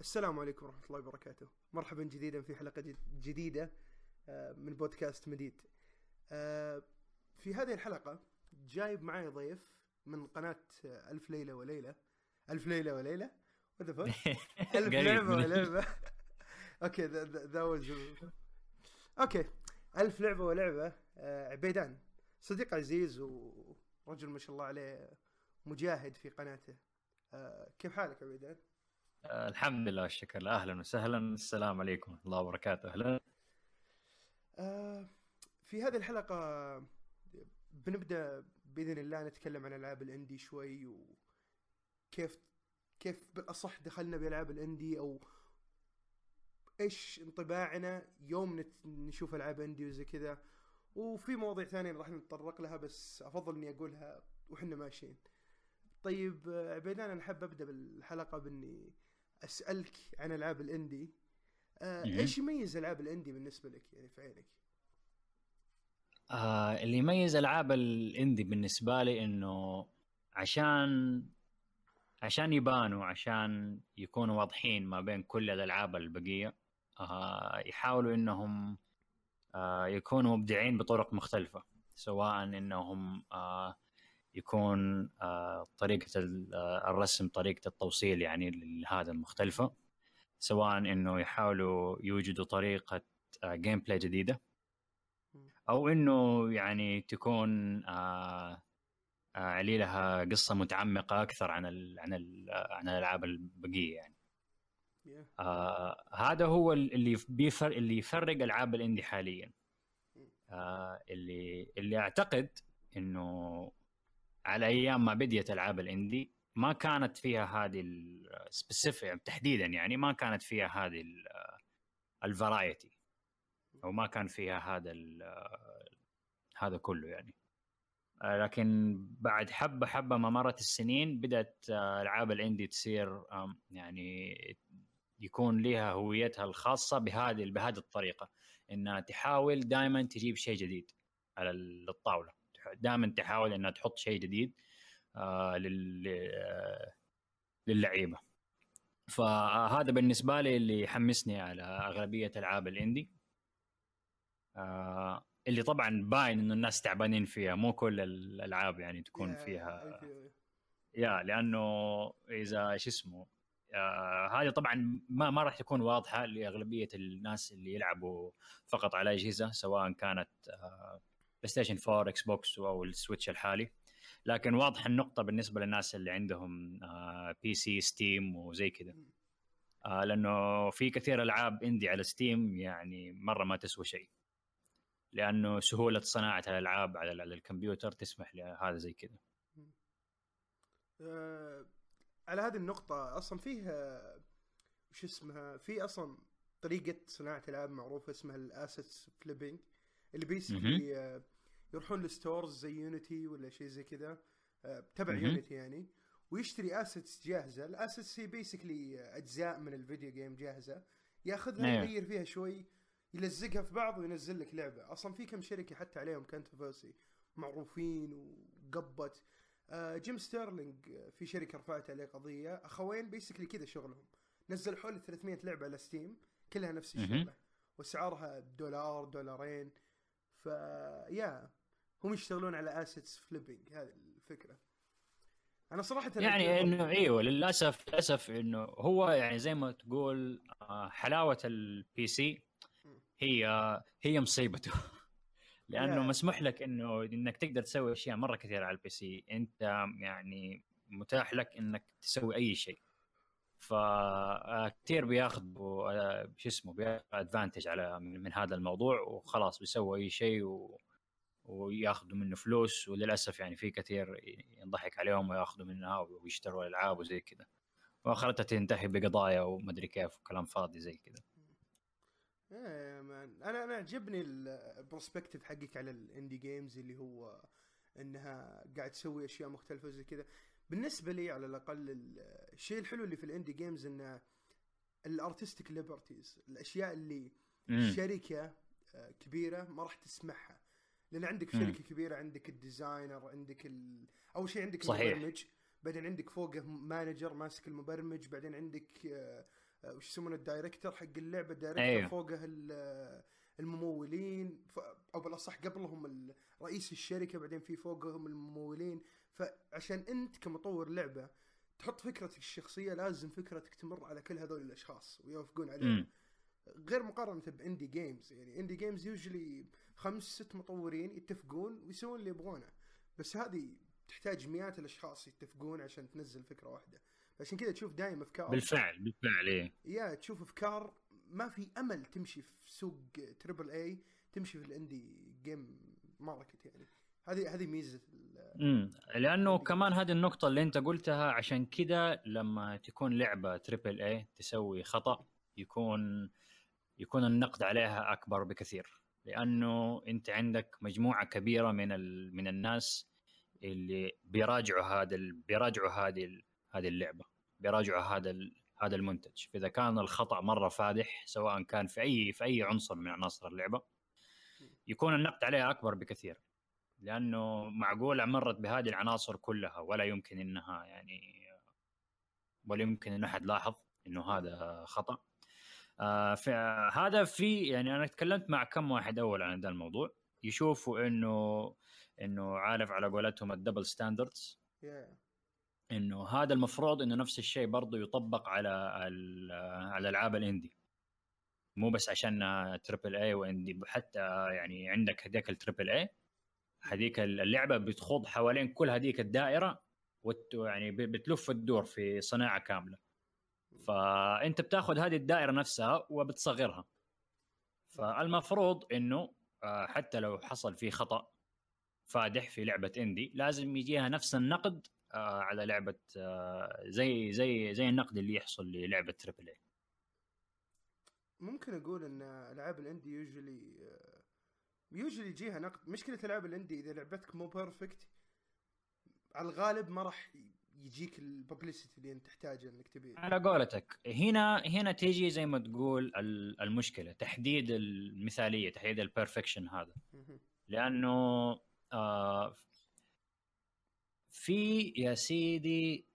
السلام عليكم ورحمة الله وبركاته. مرحبا جديدا في حلقة جديدة من بودكاست مديد. في هذه الحلقة جايب معي ضيف من قناة ألف ليلة وليلة. ألف ليلة وليلة what the fuck؟ ألف قريب لعبة ولعبة. أوكي that was أوكي. ألف لعبة ولعبة. عبيدان صديق عزيز ورجل ما شاء الله عليه مجاهد في قناته. كيف حالك عبيدان؟ الحمد لله والشكر. أهلا وسهلا. السلام عليكم ورحمة الله وبركاته. أهلا. في هذه الحلقة بنبدأ بإذن الله نتكلم عن ألعاب الإندي شوي، وكيف بالأصح دخلنا بألعاب الإندي، أو إيش انطباعنا يوم نشوف ألعاب إندي وزي كذا. وفي مواضيع ثانية راح نتطرق لها، بس أفضل إني أقولها وإحنا ماشيين. طيب عبيدان، أنا حاب أبدأ بالحلقة بإني أسألك عن ألعاب الإندي. إيش يميز ألعاب الإندي بالنسبة لك يعني في عينك؟ اللي يميز ألعاب الإندي بالنسبة لي إنه عشان يبانوا، عشان يكونوا واضحين ما بين كل الألعاب البقية. يحاولوا إنهم يكونوا مبدعين بطرق مختلفة، سواء إنهم يكون طريقة الرسم، طريقة التوصيل يعني لهذا المختلفة، سواء إنه يحاولوا يوجدوا طريقة جيم بلاي جديدة، أو إنه يعني تكون عليها قصة متعمقة أكثر عن عن الألعاب البقية يعني. هذا هو اللي يفرق ألعاب الإندي حاليا. اللي أعتقد إنه على أيام ما بديت ألعاب الإندي ما كانت فيها هذه السبيسيفيك تحديدا، يعني ما كانت فيها هذه الفرايتي، أو ما كان فيها هذا كله يعني. لكن بعد حبة ما مرت السنين بدأت ألعاب الإندي تصير يعني يكون لها هويتها الخاصة بهذه الطريقة، إنها تحاول دائما تجيب شيء جديد على الطاولة، دائما تحاول إنها تحط شيء جديد للعيبة. فهذا بالنسبة لي اللي يحمسني على أغلبية ألعاب الإندي، اللي طبعا باين إنه الناس تعبانين فيها، مو كل الألعاب يعني تكون فيها لأنه إذا شو هذه طبعا ما راح تكون واضحة لأغلبية الناس اللي يلعبوا فقط على أجهزة، سواء كانت بلاي ستيشن 4 اكس بوكس أو السويتش الحالي. لكن واضح النقطة بالنسبة للناس اللي عندهم بي سي، ستيم وزي كذا، لأنه في كثير ألعاب إندي على ستيم يعني مرة ما تسوى شيء، لأنه سهولة صناعة الألعاب على الكمبيوتر تسمح لهذا زي كذا. على هذه النقطة أصلا فيه وش اسمها، في أصلا طريقة صناعة ألعاب معروفة اسمها الأسيتس فليبينج، اللي بيسكلي يروحون لستورز زي يونيتي ولا شيء زي كذا، تبع يونيتي يعني، ويشتري أسيتس جاهزة. الأسيتس هي بيسكلي أجزاء من الفيديو جيم جاهزة، ياخذها يغير فيها شوي، يلزقها في بعض وينزل لك لعبة. أصلا في كم شركة حتى عليهم كونتروفيرسي معروفين وقبت. جيم ستيرلينج في شركة رفعت عليه قضية، أخوين بيسكلي كذا شغلهم، نزل حول 300 لعبة على ستيم كلها نفس الشغلة، وسعرها $1 $2. هم يشتغلون على assets flipping. هذه الفكرة. أنا صراحة يعني إنه أيوة، للأسف إنه هو يعني زي ما تقول حلاوة البي سي هي مصيبته. لأنه مسموح لك إنك تقدر تسوي أشياء مرة كثيرة على البي سي. أنت يعني متاح لك إنك تسوي أي شيء، فكتير بياخذوا بياخذ أدفانتج على من هذا الموضوع، وخلاص بيسوي أي شيء وياخذوا منه فلوس. وللأسف يعني في كثير ينضحك عليهم وياخذوا منها ويشتروا الألعاب وزي كذا، وآخرتها تنتهي بقضايا ومدري كيف وكلام فاضي زي كذا. انا عجبني البروسبكتيف حقك على الاندي جيمز، اللي هو انها قاعد تسوي اشياء مختلفه زي كذا. بالنسبه لي على الاقل الشيء الحلو اللي في الاندي جيمز انه الارتستيك ليبرتيز، الاشياء اللي شركه كبيره ما راح تسمعها، لان عندك شركه كبيره، عندك الديزاينر، عندك اول شيء عندك المبرمج، بعدين عندك فوقه مانجر ماسك المبرمج، بعدين عندك وش يسمونه الدايركتور حق اللعبه، الدايركتور فوقه الممولين، او بالاصح قبلهم رئيس الشركه، بعدين في فوقهم الممولين. فعشان انت كمطور لعبه تحط فكرتك الشخصيه، لازم فكرتك تمر على كل هذول الاشخاص ويوافقون عليها. غير مقارنه باندي جيمز، يعني اندي جيمز يوجلي 5-6 مطورين يتفقون ويسوون اللي يبغونه، بس هذه تحتاج مئات الاشخاص يتفقون عشان تنزل فكره واحده. عشان كذا تشوف دائما افكار بالفعل ايه يا تشوف افكار ما في امل تمشي في سوق تريبل اي، تمشي في الاندي جيم ماركت. يعني هذه ميزه لانه كمان هذه النقطه اللي انت قلتها، عشان كذا لما تكون لعبه تريبل اي تسوي خطا يكون النقد عليها اكبر بكثير، لانه انت عندك مجموعه كبيره من الناس اللي بيراجعوا هذه اللعبه، بيراجعوا هذا المنتج. فاذا كان الخطا مره فادح سواء كان في اي عنصر من عناصر اللعبه، يكون النقد عليها اكبر بكثير، لانه معقول مرت بهذه العناصر كلها ولا يمكن ان احد لاحظ انه هذا خطا. هذا يعني انا تكلمت مع كم واحد اول عن هذا الموضوع، يشوفوا انه عارف على قولتهم الدبل ستاندردز، انه هذا المفروض انه نفس الشيء برضه يطبق على الالعاب الاندي، مو بس عشان تريبل اي واندي، حتى يعني عندك هذيك التريبل اي، هذيك اللعبه بتخوض حوالين كل هذيك الدائره يعني بتلف الدور في صناعه كامله، فانت بتاخذ هذه الدائره نفسها وبتصغرها. فالمفروض انه حتى لو حصل في خطا فادح في لعبه اندي لازم يجيها نفس النقد على لعبه زي النقد اللي يحصل للعبه تريبل اي. ممكن اقول ان العاب الاندي يوجلي يجيها نقد. مشكله العاب الاندي اذا لعبتك مو بيرفكت على الغالب ما راح يجيك الببليسيتي اللي انت تحتاجه انك تبيه. على قولتك هنا تيجي زي ما تقول المشكله تحديد المثاليه، تحديد البرفكشن هذا، لانه في يا سيدي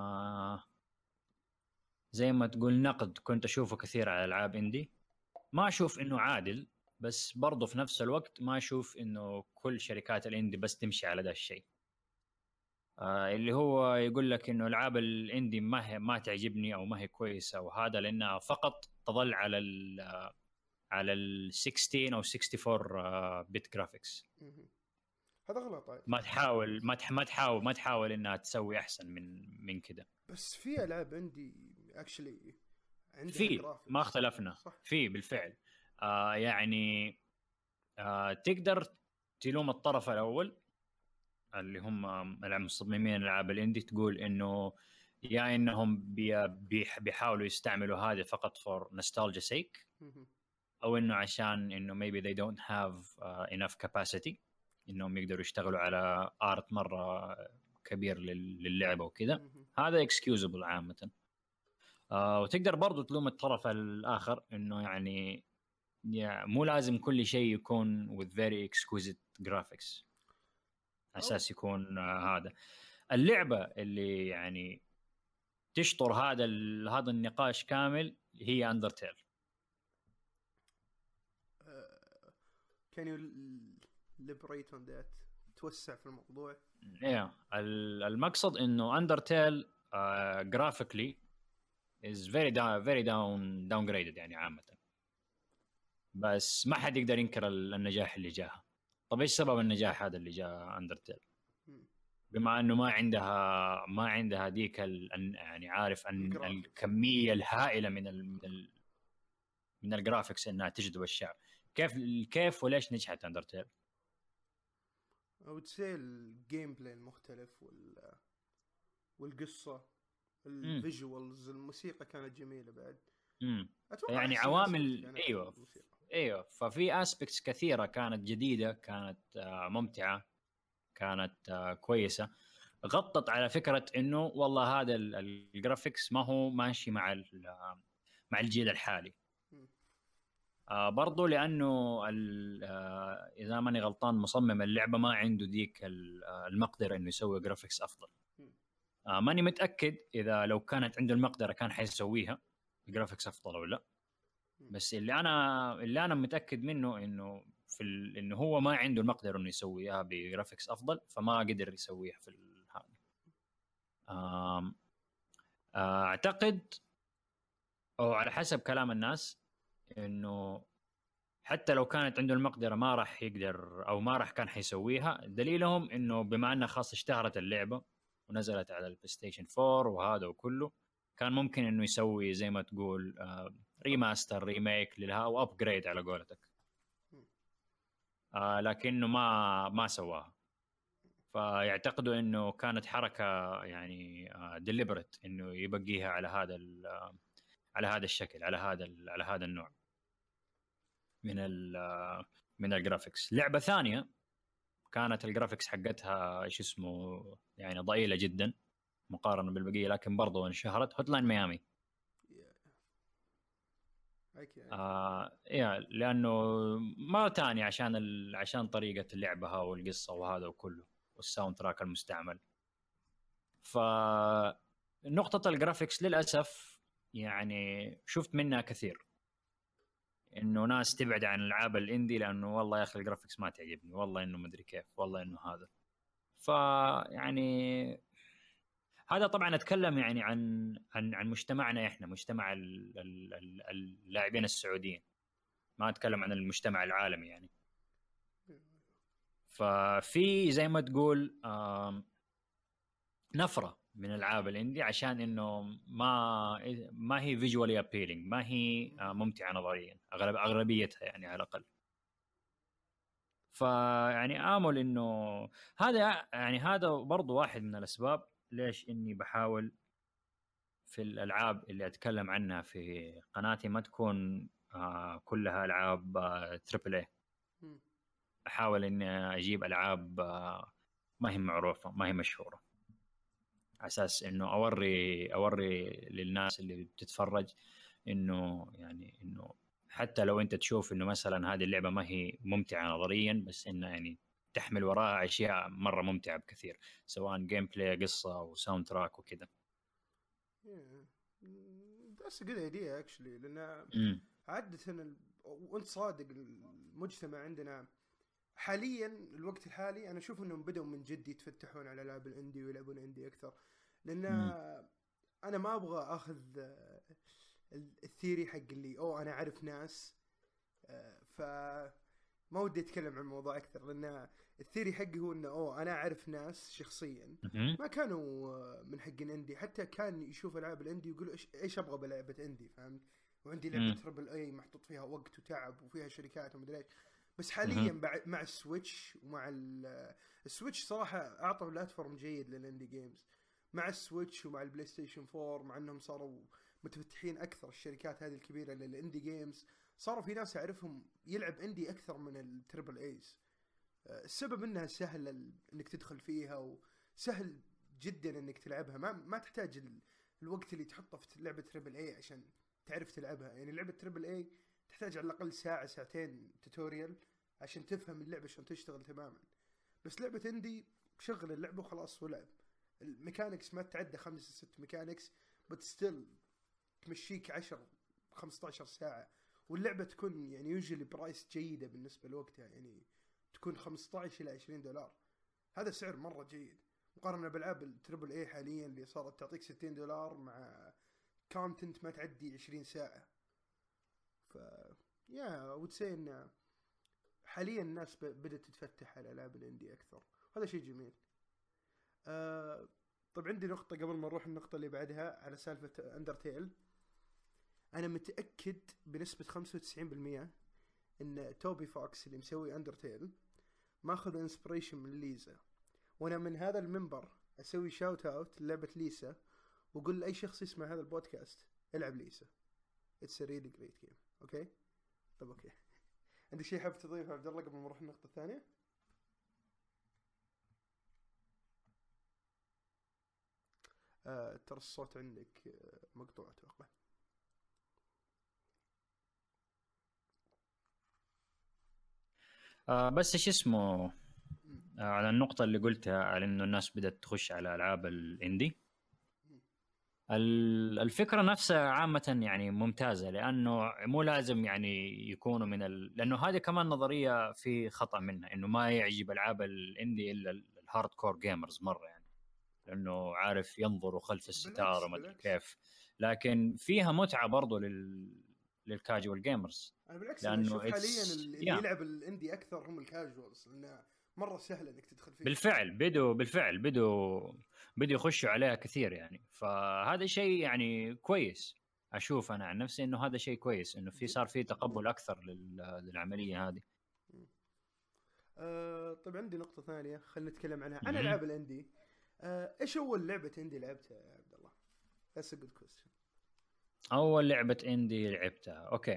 زي ما تقول نقد كنت اشوفه كثير على العاب اندي، ما اشوف انه عادل، بس برضه في نفس الوقت ما اشوف انه كل شركات الاندي بس تمشي على ذا الشيء. اللي هو يقول لك انه العاب الاندي ما تعجبني او ما هي كويسه او هذا، لانها فقط تظل على ال 16 او 64 بت جرافيكس. هذا غلط. ما تحاول انها تسوي احسن من كده. بس في العاب عندي اكشلي عندها في ما اختلفنا في بالفعل. يعني تقدر تلوم الطرف الاول اللي هم المصممين العاب الاندي، تقول انه يا انهم بيحاولوا يستعملوا هذه فقط for nostalgia sake، او انه عشان انه maybe they don't have enough capacity انهم يقدروا يشتغلوا على ارت مره كبير للعبه وكذا. هذا excusable عامه. وتقدر برضو تلوم الطرف الاخر انه يعني مو لازم كل شيء يكون with very exquisite graphics اساس يكون هذا. اللعبه اللي يعني تشطر هذا النقاش كامل هي اندرتيل. can you elaborate on that؟ توسع في الموضوع. المقصد انه اندرتيل graphically is very downgraded يعني عامه، بس ما حد يقدر ينكر النجاح اللي جاها. طب ايش سبب النجاح هذا اللي جاء اندرتيل؟ بما انه ما عندها ديك يعني عارف ان الكميه الهائله من الجرافيكس انها تجذب الشعب. كيف وليش نجحت اندرتيل؟ او تسيل الجيم بلاي المختلف والقصه الفيجوالز، الموسيقى كانت جميله بعد. يعني عوامل ايوه ففي اسبكتس كثيره كانت جديده، كانت ممتعه، كانت كويسه، غطت على فكره انه والله هذا الجرافيكس ما هو ماشي مع الجيل الحالي. برضو لانه اذا ماني غلطان مصمم اللعبه ما عنده ديك المقدره انه يسوي جرافيكس افضل. ماني متاكد اذا لو كانت عنده المقدره كان حيسويها، الجرافيكس افضل او لا، بس اللي انا متاكد منه انه انه هو ما عنده المقدره انه يسويها بجرافيكس افضل، فما قدر يسويها في هذا. اعتقد او على حسب كلام الناس انه حتى لو كانت عنده المقدره ما راح يقدر او ما راح كان حيسويها. دليلهم انه بما انها خاص اشتهرت اللعبه ونزلت على البلاي ستيشن 4 وهذا وكله، كان ممكن انه يسوي زي ما تقول ريماستر ريميك لها او ابجريد على قولتك، لكنه ما سواها. فيعتقدوا انه كانت حركه يعني ديليبرت انه يبقيها على هذا على هذا الشكل، على هذا النوع من من الجرافيكس. لعبه ثانيه كانت الجرافيكس حقتها ايش اسمه يعني ضئيله جدا مقارنه بالبقيه، لكن برضو انشهرت، هوتلاين ميامي. لانه مره ثانيه عشان طريقه لعبها والقصه وهذا وكله والساوند تراك المستعمل. فنقطه الجرافيكس للاسف يعني شفت منها كثير انه ناس تبعد عن العاب الاندي لانه والله يا اخي الجرافيكس ما تعجبني، والله انه مدري كيف، والله انه هذا. فيعني هذا طبعا اتكلم يعني عن مجتمعنا احنا، مجتمع اللاعبين السعوديين، ما اتكلم عن المجتمع العالمي يعني. ففي زي ما تقول نفرة من العاب الاندي عشان انه ما هي فيجوالي ابيلينج، ما هي ممتعة نظريا اغلبيتها يعني على الاقل. فيعني امل انه هذا برضو واحد من الاسباب ليش اني بحاول في الالعاب اللي اتكلم عنها في قناتي ما تكون كلها العاب تريبل اي. احاول اني اجيب العاب ما هي معروفه، ما هي مشهوره، على اساس انه اوري للناس اللي بتتفرج انه يعني انه حتى لو انت تشوف انه مثلا هذه اللعبه ما هي ممتعه نظريا، بس انه يعني تحمل وراها اشياء مره ممتعه بكثير، سواء جيم بلاي، قصه وساوند تراك وكذا. That's a good idea actually. لأن عادة وانت صادق المجتمع عندنا حاليا الوقت الحالي انا اشوف انهم بدأوا من جد يتفتحون على العاب الاندي ويلعبون اندي اكثر. لان انا ما ابغى اخذ الثيري حق اللي انا اعرف ناس، فما ودي اتكلم عن الموضوع اكثر، لان الثيري حقي هو انه انا اعرف ناس شخصيا ما كانوا من حق اندي، حتى كان يشوف العاب الاندي ويقول ايش ابغى بلعبه اندي، فهمت؟ وعندي لعبه تربل اي محطوط فيها وقت وتعب وفيها شركات ومدري ايش. بس حاليا مع السويتش ومع السويتش صراحه اعطوا بلاتفورم جيد للاندي جيمز. مع السويتش ومع البلاي ستيشن 4 مع انهم صاروا متفتحين اكثر، الشركات هذه الكبيره للاندي جيمز صاروا في ناس اعرفهم يلعب اندي اكثر من التربل ايز. السبب انها سهل انك تدخل فيها وسهل جدا انك تلعبها، ما تحتاج الوقت اللي تحطه في لعبه تربل اي عشان تعرف تلعبها. يعني لعبه تربل اي تحتاج على الأقل ساعة ساعتين توتوريال عشان تفهم اللعبة شلون تشتغل تماما. بس لعبة اندي شغل اللعبة وخلاص ولعب. الميكانيكس ما تعدى 5-6 ميكانيكس بتستيل تمشيك 10-15 ساعة، واللعبة تكون يعني يوجولي برايس جيدة بالنسبة لوقتها، يعني تكون $15-$20. هذا سعر مرة جيد مقارنة بالألعاب التربل اي حاليا اللي صارت تعطيك $60 مع كونتنت ما تعدي 20 ساعة. وتسي ان حاليا الناس بدأت تتفتح على العاب الاندي اكثر، هذا شيء جميل. طب عندي نقطة قبل ما نروح النقطة اللي بعدها على سالفة اندرتيل. انا متأكد بنسبة 95% ان توبي فوكس اللي مسوي اندرتيل ماخذ انسبريشن من ليزا، وانا من هذا المنبر اسوي شاوت اوت للعبة ليسا وقول لاي شخص يسمع هذا البودكاست العب ليسا. It's a really great game. اوكي طب اوكي عندك شيء حاب تضيفه عبد الله قبل ما نروح النقطة الثانية؟ ترى الصوت عندك مقطوع اتوقع. بس ايش اسمه على النقطة اللي قلتها على انه الناس بدأت تخش على العاب الاندي. الفكره نفسها عامه يعني ممتازه، لانه مو لازم يعني يكونوا لانه هذه كمان نظريه في خطا منها، انه ما يعجب العاب الاندي الا الهارد كور جيمرز مره يعني، لانه عارف ينظروا خلف الستاره ما ادري بالعكس كيف. لكن فيها متعه برضو للكاجوال جيمرز، انا بالعكس انا اشوف لانه حاليا اللي يلعب الاندي اكثر هم الكاجوالز، لانه مره سهل انك تدخل فيه. بالفعل بدوا يخشوا عليها كثير يعني، فهذا شيء يعني كويس. اشوف انا عن نفسي انه هذا شيء كويس، انه صار في تقبل اكثر للعمليه هذه. طيب عندي نقطه ثانيه خلينا نتكلم عنها، عن العاب الاندي. ايش اول لعبه اندي لعبتها يا عبد الله؟ That's a good question. اول لعبه اندي لعبتها، اوكي.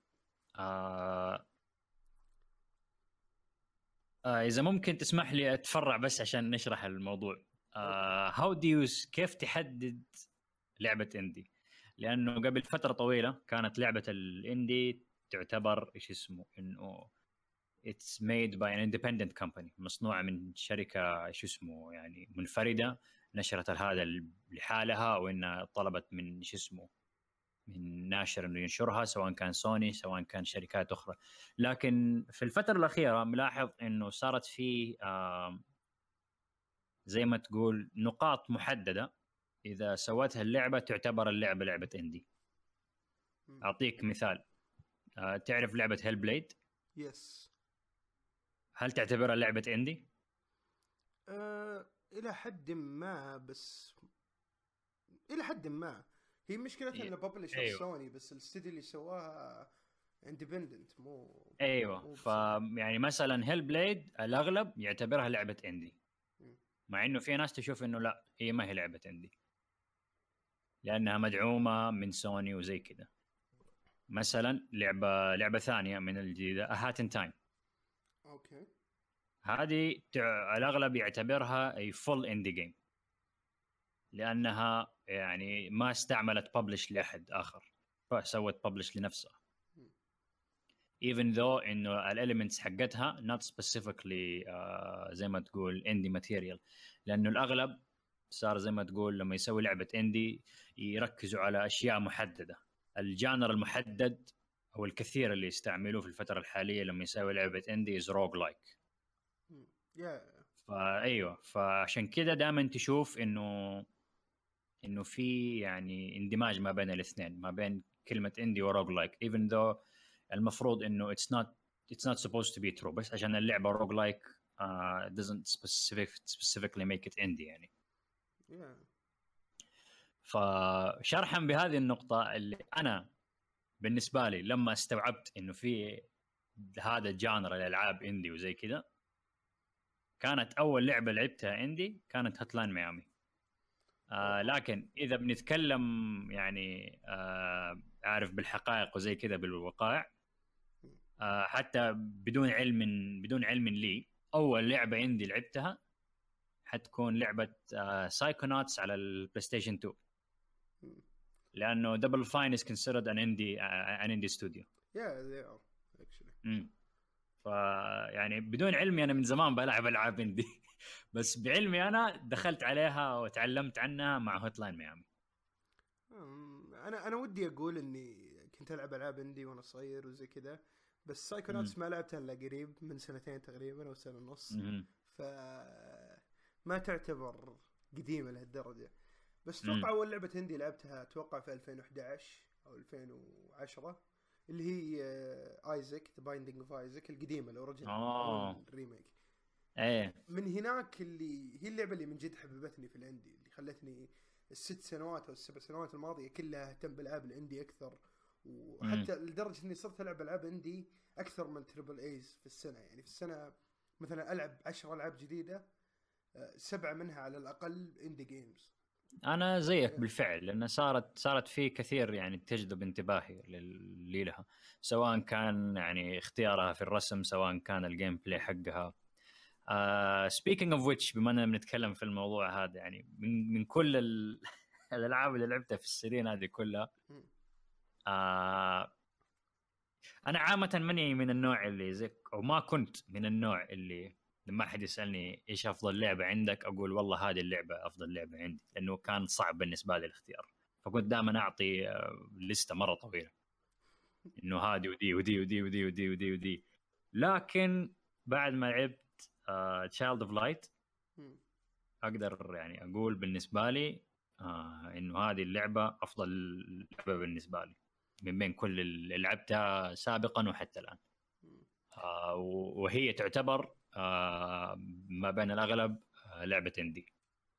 اذا ممكن تسمح لي اتفرع بس عشان نشرح الموضوع. هاو دو كيف تحدد لعبه اندي؟ لانه قبل فتره طويله كانت لعبه الاندي تعتبر ايش اسمه، انه it's made by an independent company، مصنوعه من شركه ايش اسمه يعني منفرده، نشرت هذا لحالها، او انها طلبت من ايش اسمه من ناشر انه ينشرها، سواء كان سوني سواء كان شركات اخرى. لكن في الفتره الاخيره ملاحظ انه صارت في زي ما تقول نقاط محدده، اذا سوتها اللعبه تعتبر اللعبه لعبه اندي. اعطيك مثال، تعرف لعبه هيل بليد؟ يس. هل تعتبرها لعبه اندي؟ الى حد ما، بس الى حد ما هي مشكلتها ان ببلشر أيوه. سوني، بس الاستديو اللي سواها اندبندنت ايوه يعني مثلا هيل بليد الاغلب يعتبرها لعبه اندي، مع انه في ناس تشوف انه لا، هي ما هي لعبه اندي لانها مدعومه من سوني وزي كذا. مثلا لعبه ثانيه من الجديده، هات ان تايم. اوكي. هذه الاغلب يعتبرها اي فول اندي جيم، لانها يعني ما استعملت ببلش لاحد اخر، فسوت ببلش لنفسها. even though انه الاليمنتس حقتها not specifically زي ما تقول اندي ماتيريال، لانه الاغلب صار زي ما تقول لما يسوي لعبه اندي يركزوا على اشياء محدده، الجانر المحدد او الكثير اللي يستعملوه في الفتره الحاليه لما يسوي لعبه اندي از روج لايك. فايوه، فعشان كذا دائما تشوف انه في يعني اندماج ما بين الاثنين، ما بين كلمه اندي وروج لايك، even though المفروض انه it's not supposed to be true، بس عشان اللعبه روج لايك doesn't specifically make it indie يعني. فشرحا بهذه النقطه اللي انا بالنسبه لي لما استوعبت انه في هذا الجانر الالعاب اندي وزي كذا، كانت اول لعبه لعبتها اندي كانت هاتلاين ميامي. لكن اذا بنتكلم يعني عارف بالحقائق وزي كذا بالوقائع، حتى بدون علم لي، اول لعبه عندي لعبتها حتكون لعبه سايكوناتس على البلاي ستيشن 2، لانه دبل فاين is considered an indie studio. Yeah, they are actually. يعني بدون علمي انا من زمان بلعب العاب اندي بس بعلمي انا دخلت عليها وتعلمت عنها مع هوتلاين ميامي. انا ودي اقول اني كنت العب العاب اندي وانا صغير وزي كذا، بس سايكوناتس ما لعبتها الا قريب من سنتين تقريبا او سنه ونص، ف ما تعتبر قديمه لهالدرجه. بس اتوقع اول لعبه اندي لعبتها اتوقع في 2011 او 2010 اللي هي ايزك ذا بايندينج اوف ايزك القديمه الاوريجينال الريميك. ايه، من هناك اللي هي اللعبه اللي من جد حببتني في الاندي، اللي خلتني الست سنوات او السبع سنوات الماضيه كلها اهتم بالعاب الاندي اكثر، وحتى لدرجه اني صرت العب العاب اندي اكثر من تريبل ايز في السنه. يعني في السنه مثلا العب 10 العاب جديده، 7 منها على الاقل اندي جيمز. انا زيك بالفعل، لان صارت في كثير يعني تجذب انتباهي اللي لها، سواء كان يعني اختيارها في الرسم، سواء كان الجيم بلاي حقها. speaking of which، بما اننا بنتكلم في الموضوع هذا، يعني من كل الالعاب اللي لعبتها في السنين هذه كلها، انا عامه ماني من النوع اللي زيك، او ما كنت من النوع اللي لما احد يسالني ايش افضل لعبه عندك اقول والله هذه اللعبه افضل لعبه عندي، لانه كان صعب بالنسبه لي الاختيار. فكنت دائما اعطي لسته مره طويله انه هذه ودي ودي ودي ودي ودي ودي ودي. لكن بعد ما لعبت تشايلد اوف لايت اقدر يعني اقول بالنسبه لي انه هذه اللعبه افضل لعبه بالنسبه لي من بين كل اللي لعبتها سابقا وحتى الان. وهي تعتبر ما بين الاغلب لعبه اندي.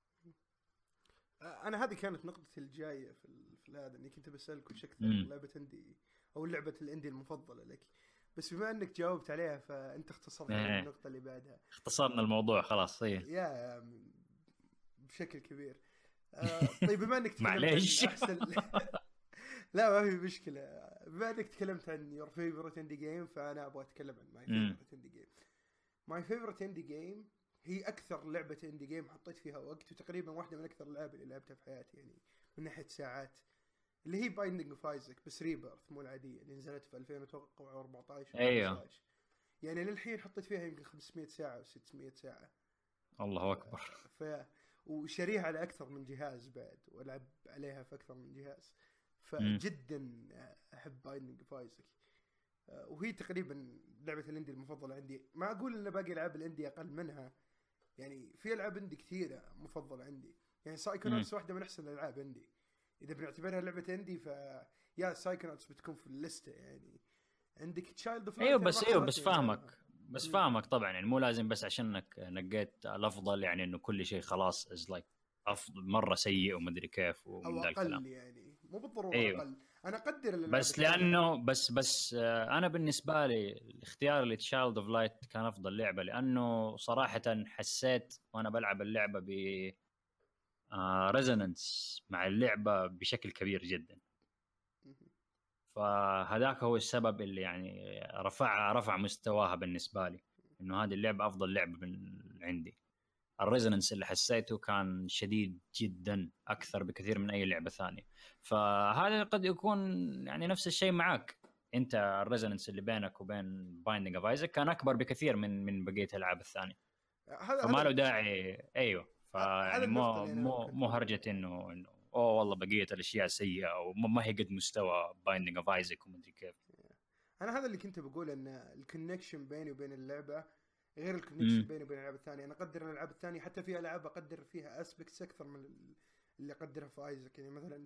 انا هذه كانت نقطتي الجايه في هذا، اني كنت بسالك وش اكثر لعبه اندي او لعبه الاندي المفضله لك، بس بما انك جاوبت عليها فانت اختصرت النقطه اللي بعدها. اختصرنا الموضوع خلاص. يا بشكل كبير. طيب بما انك معليش احسن لا ما في مشكله. بما انك تكلمت عن يور فيفورت اندي جيم فانا ابغى اتكلم عن ماي فيفورت اندي جيم. ماي فيفورت اندي جيم هي اكثر لعبه اندي جيم حطيت فيها وقت، وتقريبا واحده من اكثر الالعاب اللي لعبتها في حياتي يعني من ناحيه ساعات، اللي هي بايندينج اوف ايزك بس ريبيرث مو العاديه اللي نزلت في 2014 ايوه يعني للحين حطيت فيها يمكن 500 ساعه و600 ساعه. الله اكبر. وشريها على اكثر من جهاز بعد والعب عليها في اكثر من جهاز، فجدا احب بايندينج اوف ايزك. وهي تقريبا لعبه الاندي المفضله عندي. ما اقول ان باقي العاب الاندي اقل منها، يعني في العاب اندي كثيره مفضله عندي. يعني سايكوناتس واحده من احسن الالعاب عندي اذا بنعتبرها لعبه اندي، يا سايكوناتس بتكون في الليسته. يعني عندك تشايلد اوف لايت. بس فاهمك بس فاهمك طبعا، يعني مو لازم بس عشانك نقيت الافضل يعني انه كل شيء خلاص از لايك افضل مره سيء ومدري كيف ومن ذا الكلام. يعني مو بالضروره أيوه. اقل. انا اقدر بس لانه بس انا بالنسبه لي الاختيار لتشايلد اوف لايت كان افضل لعبه، لانه صراحه حسيت وانا بلعب اللعبه ب ريزونانس مع اللعبه بشكل كبير جدا. فهذاك هو السبب اللي يعني رفع مستواها بالنسبه لي، انه هذه اللعبه افضل لعبه من عندي. الريزونانس اللي حسيته كان شديد جدا اكثر بكثير من اي لعبه ثانيه. فهذا قد يكون يعني نفس الشيء معك انت، الريزونانس اللي بينك وبين بايندينج اوف ايزك كان اكبر بكثير من بقيه الالعاب الثانيه. فما له داعي. ايوه فيعني مو هرجه انه اوه والله بقيه الاشياء سيئه وما هي قد مستوى بايندينج اوف ايزك ومدري كيف. انا هذا اللي كنت بقول، ان الكونكشن بيني وبين اللعبه غير الكونكشن بيني وبين الالعاب الثانيه. انا اقدر الالعاب الثانيه حتى في العاب اقدر فيها اسبكتس اكثر من اللي اقدرها في ايزك. يعني مثلا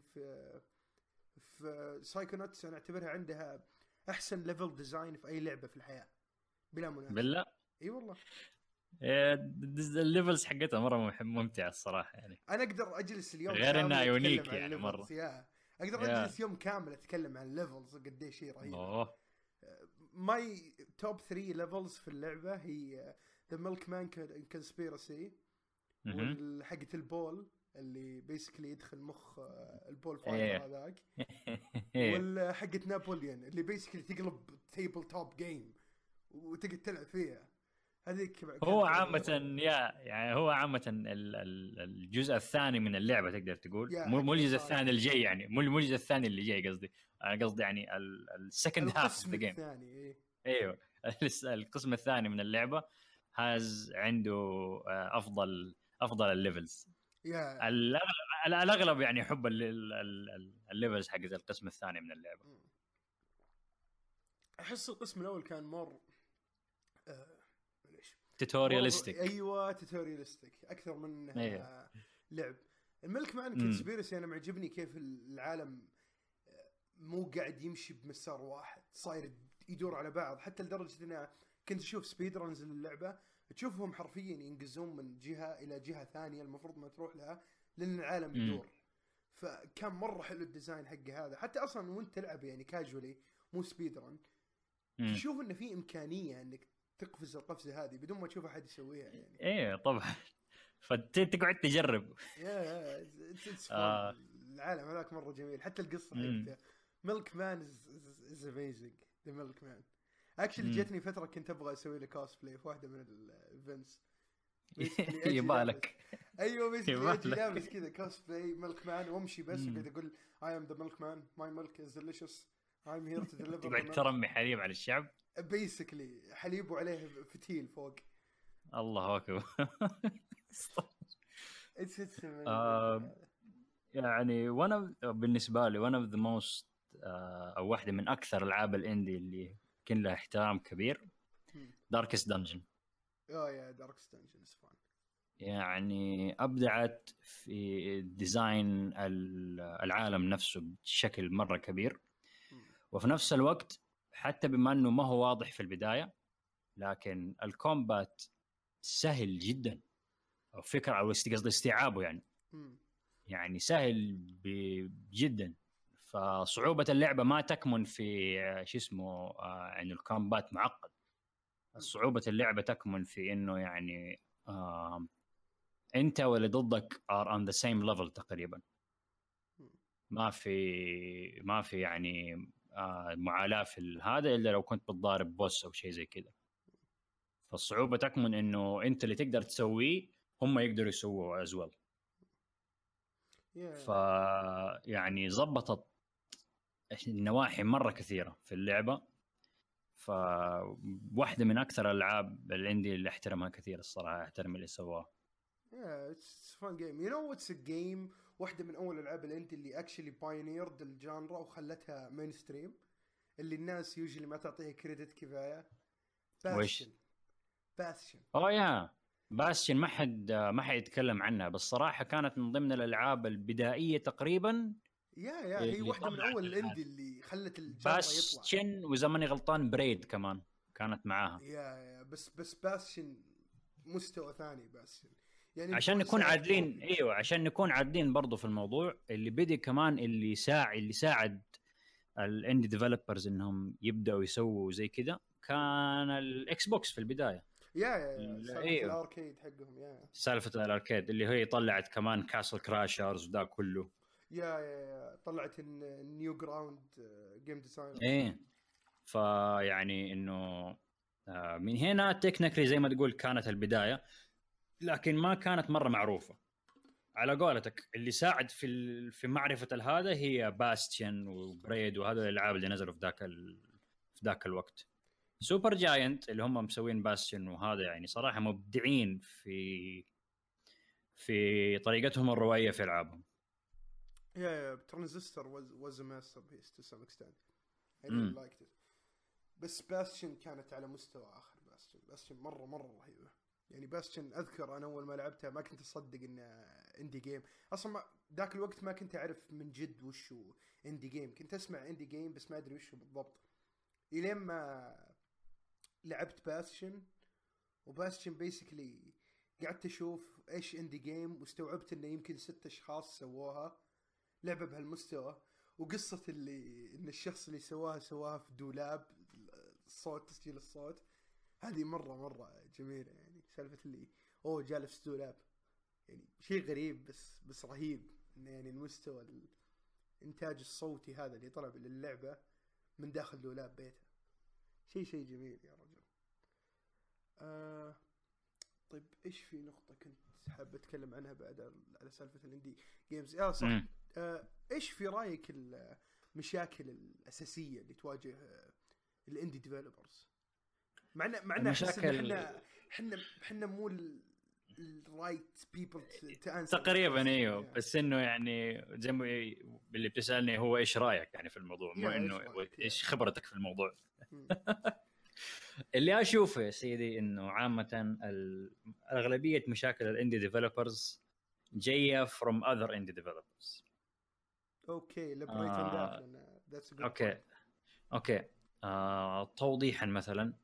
في سايكوناتس انا اعتبرها عندها احسن ليفل ديزاين في اي لعبه في الحياه بلا منازع. بالله اي والله الليفلز حقتها مره ممتعه الصراحه. يعني انا اقدر اجلس اليوم غير انها يونيك يعني مره. اقدر اجلس يوم كامل اتكلم عن الليفلز قد ايش شيء رهيب. ماي توب 3 ليفلز في اللعبه هي ذا ميلك مان كونسبيرسي، والحقه البول اللي بيسكلي يدخل مخ البول فايتر هذاك، والحقه نابوليون اللي بيسكلي تقلب تيبل توب جيم وتقعد تلعب فيها. هذيك هو عامة يعني هو عامة الجزء الثاني من اللعبة تقدر تقول، مو الجزء الثاني الجاي، يعني مو الجزء الثاني اللي جاي قصدي. أنا قصدي يعني السكند هاف اوف ذا جيم. ايوه القسم الثاني من اللعبة هاز عنده افضل الليفلز. الاغلب يعني يحب الليفلز حق القسم الثاني من اللعبة. احس القسم الاول كان مور توتوريالستيك. ايوه توتوريالستيك اكثر من لعب. الملك مان كونسبيرسي انا معجبني كيف العالم مو قاعد يمشي بمسار واحد، صاير يدور على بعض، حتى لدرجه ان كنت اشوف سبيد رانز للعبه تشوفهم حرفيا ينقزون من جهه الى جهه ثانيه المفروض ما تروح لها لان العالم يدور. فكان مره حلو الديزاين حق هذا. حتى اصلا وانت تلعب يعني كاجولي مو سبيد ران تشوف انه في امكانيه انك تقفز القفزه هذه بدون ما تشوف احد يسويها. يعني ايه طبعا فتقعد تجرب. العالم هذاك مره جميل. حتى القصه حقته ميلك مان از اميزنج. ذا ميلك مان اكشلي جتني فتره كنت ابغى اسوي له كوسبلاي في واحده من الايفنتس. يبالك ايوه بس لابس كذا كوسبلاي ميلك مان وامشي بس وقاعد اقول I am the milkman, my milk is delicious, I'm here to deliver. تقعد ترمي حليب على الشعب بيسكلي حليب وعليه فتيل فوق. الله اكبر. يعني وانا بالنسبه لي one of the most او واحده من اكثر العاب الاندي اللي كان لها احترام كبير داركست دنجن. يا داركست دنجن از فان. يعني ابدعت في ديزاين العالم نفسه بشكل مره كبير، وفي نفس الوقت حتى بما انه ما هو واضح في البدايه لكن الكومبات سهل جدا، او فكره او قصدي استيعابه يعني سهل جدا. فصعوبه اللعبه ما تكمن في شو اسمه يعني الكومبات معقد. صعوبه اللعبه تكمن في انه يعني انت واللي ضدك are on the same level تقريبا. ما في يعني معاناة في هذا الا لو كنت بتضارب بوس او شيء زي كذا. فالصعوبه تكمن انه انت اللي تقدر تسويه هم يقدروا يسووه as well. ف يعني ضبطت النواحي مره كثيره في اللعبه. فواحده من اكثر الالعاب الاندي اللي احترمها كثير الصراحه، احترم اللي سواه. it's fun game. You know what's a game واحدة من أول الألعاب الإندي اللي actually pioneered الجانرا وخلتها mainstream، اللي الناس usually ما تعطيها كريدت كفاية. Bastion. يا باستيون ما حد يتكلم عنها، بس صراحة كانت من ضمن الألعاب البدائية تقريبا. هي واحدة من أول الإندي اللي خلت الجانرا يطلع. باستيون وإذا ماني غلطان بريد كمان كانت معاها. بس باستيون مستوى ثاني. باستيون يعني عشان نكون عادلين. عشان نكون عادلين برضو في الموضوع، اللي بدي كمان اللي ساعد الاندي ديفلوبرز انهم يبداوا يسووا زي كذا كان الاكس بوكس في البدايه. سالفه الاركيد حقهم. سالفه الاركيد اللي هي طلعت كمان كاسل كراشرز ودا كله. طلعت النيو جراوند جيم ديزاين. فيعني انه من هنا تكنيكلي زي ما تقول كانت البدايه، لكن ما كانت مره معروفه. على قولتك اللي ساعد في معرفه هذا هي باستيون وبريد وهذا الالعاب اللي نزلوا في ذاك الوقت. سوبر جاينت اللي هم مسوين باستيون وهذا يعني صراحه مبدعين في طريقتهم الروائيه في العابهم. ترانزستور was a masterpiece to some extent. I really liked it. بس باستيون كانت على مستوى آخر. باستيون مرة رهيبة. يعني باستيون أذكر أنا أول ما لعبتها ما كنت أصدق إنه إندي جيم. أصلاً ذاك الوقت ما كنت أعرف من جد وشو إندي جيم. كنت أسمع إندي جيم بس ما أدري وشو بالضبط. إلين ما لعبت باستيون. وباستيون بيسكلي قعدت أشوف إيش إندي جيم، واستوعبت إنه يمكن 6 أشخاص سووها لعبة بهالمستوى. وقصة إن الشخص اللي سواها في دولاب، الصوت تسجيل الصوت هذه مرة جميلة. يعني سالفة اللي جالس في دولاب، يعني شيء غريب بس رهيب. إنه يعني المستوى الإنتاج الصوتي هذا اللي طلع للعبة من داخل دولاب بيته شيء جميل يا رجل. طيب إيش في نقطة كنت حابة أتكلم عنها بعد على سالفة الاندي جيمز؟ صح. إيش في رأيك المشاكل الأساسية اللي تواجه الاندي ديفلوبرز؟ معنا احنا مو الرايت بيبل تقريبا. بس انه يعني زي ما اللي بتسالني هو ايش رايك يعني في الموضوع، مو انه ايش خبرتك في الموضوع. اللي اشوفه يا سيدي انه عامه اغلبيه مشاكل الاندي ديفلوبرز جايه from other indie developers. اوكي توضيحا مثلا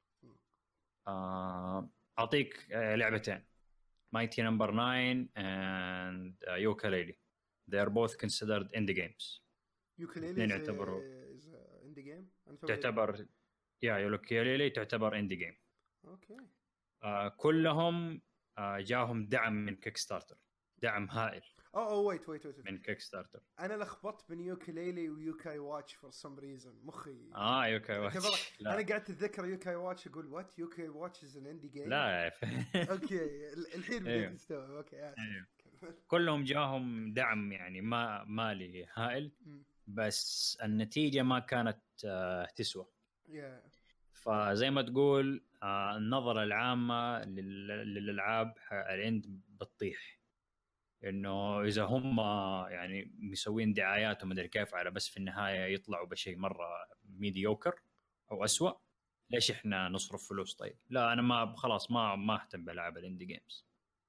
اعطيك لعبتين Mighty Number 9 and Yooka-Laylee. They are both considered indie games. Yooka-Laylee يعتبروا indie game. تعتبر Yooka-Laylee تعتبر indie game. اوكي. كلهم جاهم دعم من كيك ستارتر، دعم هائل. ويت من كيك ستارتر. انا لخبطت بين يوكا-ليلي ويوكاي واتش فور سم ريزن. مخي يوكاي واتش. انا قعدت اتذكر يوكاي واتش اقول وات يوكاي واتش از ان اندي جيم. لا اوكي الحين بديت استوعب. اوكي كلهم جاهم دعم يعني مالي هائل، بس النتيجه ما كانت تسوى. فزي ما تقول النظره العامه للالعاب الاند بتطيح انه اذا هم يعني مسوين دعايات وما ادري كيف على بس في النهايه يطلعوا بشيء مره ميديوكر او أسوأ، ليش احنا نصرف فلوس؟ طيب لا انا ما خلاص ما اهتم بالعاب الاندي جيمز.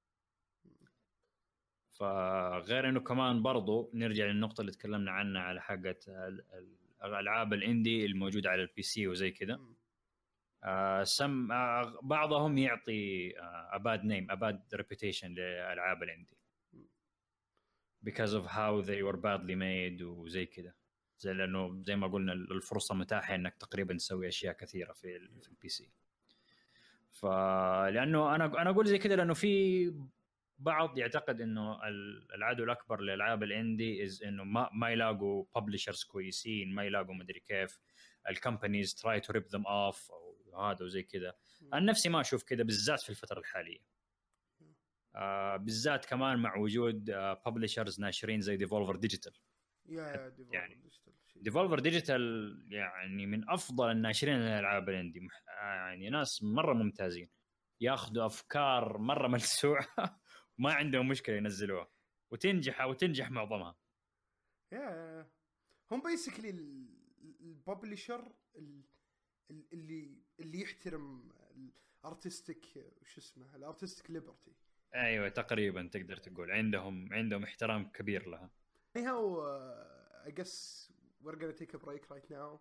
فغير انه كمان برضو نرجع للنقطه اللي تكلمنا عنها على حقه الالعاب الاندي الموجوده على البي سي وزي كذا. بعضهم يعطي اباد نيم اباد ريبيتيشن لالعاب الاندي because of how they were badly made وزي كذا، زي لانه زي ما قلنا الفرصه متاحه انك تقريبا تسوي اشياء كثيره في البي سي. فلانه انا اقول زي كذا لانه في بعض يعتقد انه العدو الاكبر للالعاب الاندي از انه ما يلاقوا ببلشرز كويسين، ما يلاقوا مدري كيف، الكومبانيز تراي تو ريب ذم اوف او هذا وزي كذا. انا نفسي ما اشوف كذا بالذات في الفتره الحاليه، بالذات كمان مع وجود ببلشرز ناشرين زي ديفولفر ديجيتال. يعني ديفولفر ديجيتال يعني من افضل الناشرين للالعاب الاندي، يعني ناس مره ممتازين، ياخذوا افكار مره ملسوعه وما عندهم مشكله ينزلوها وتنجح معظمها. هم بيسكلي الببلشر اللي يحترم الارتستيك وش اسمه الارتستيك ليبرتي. ايوه تقريبا تقدر تقول عندهم احترام كبير لها. anyhow I guess we're gonna take a break right now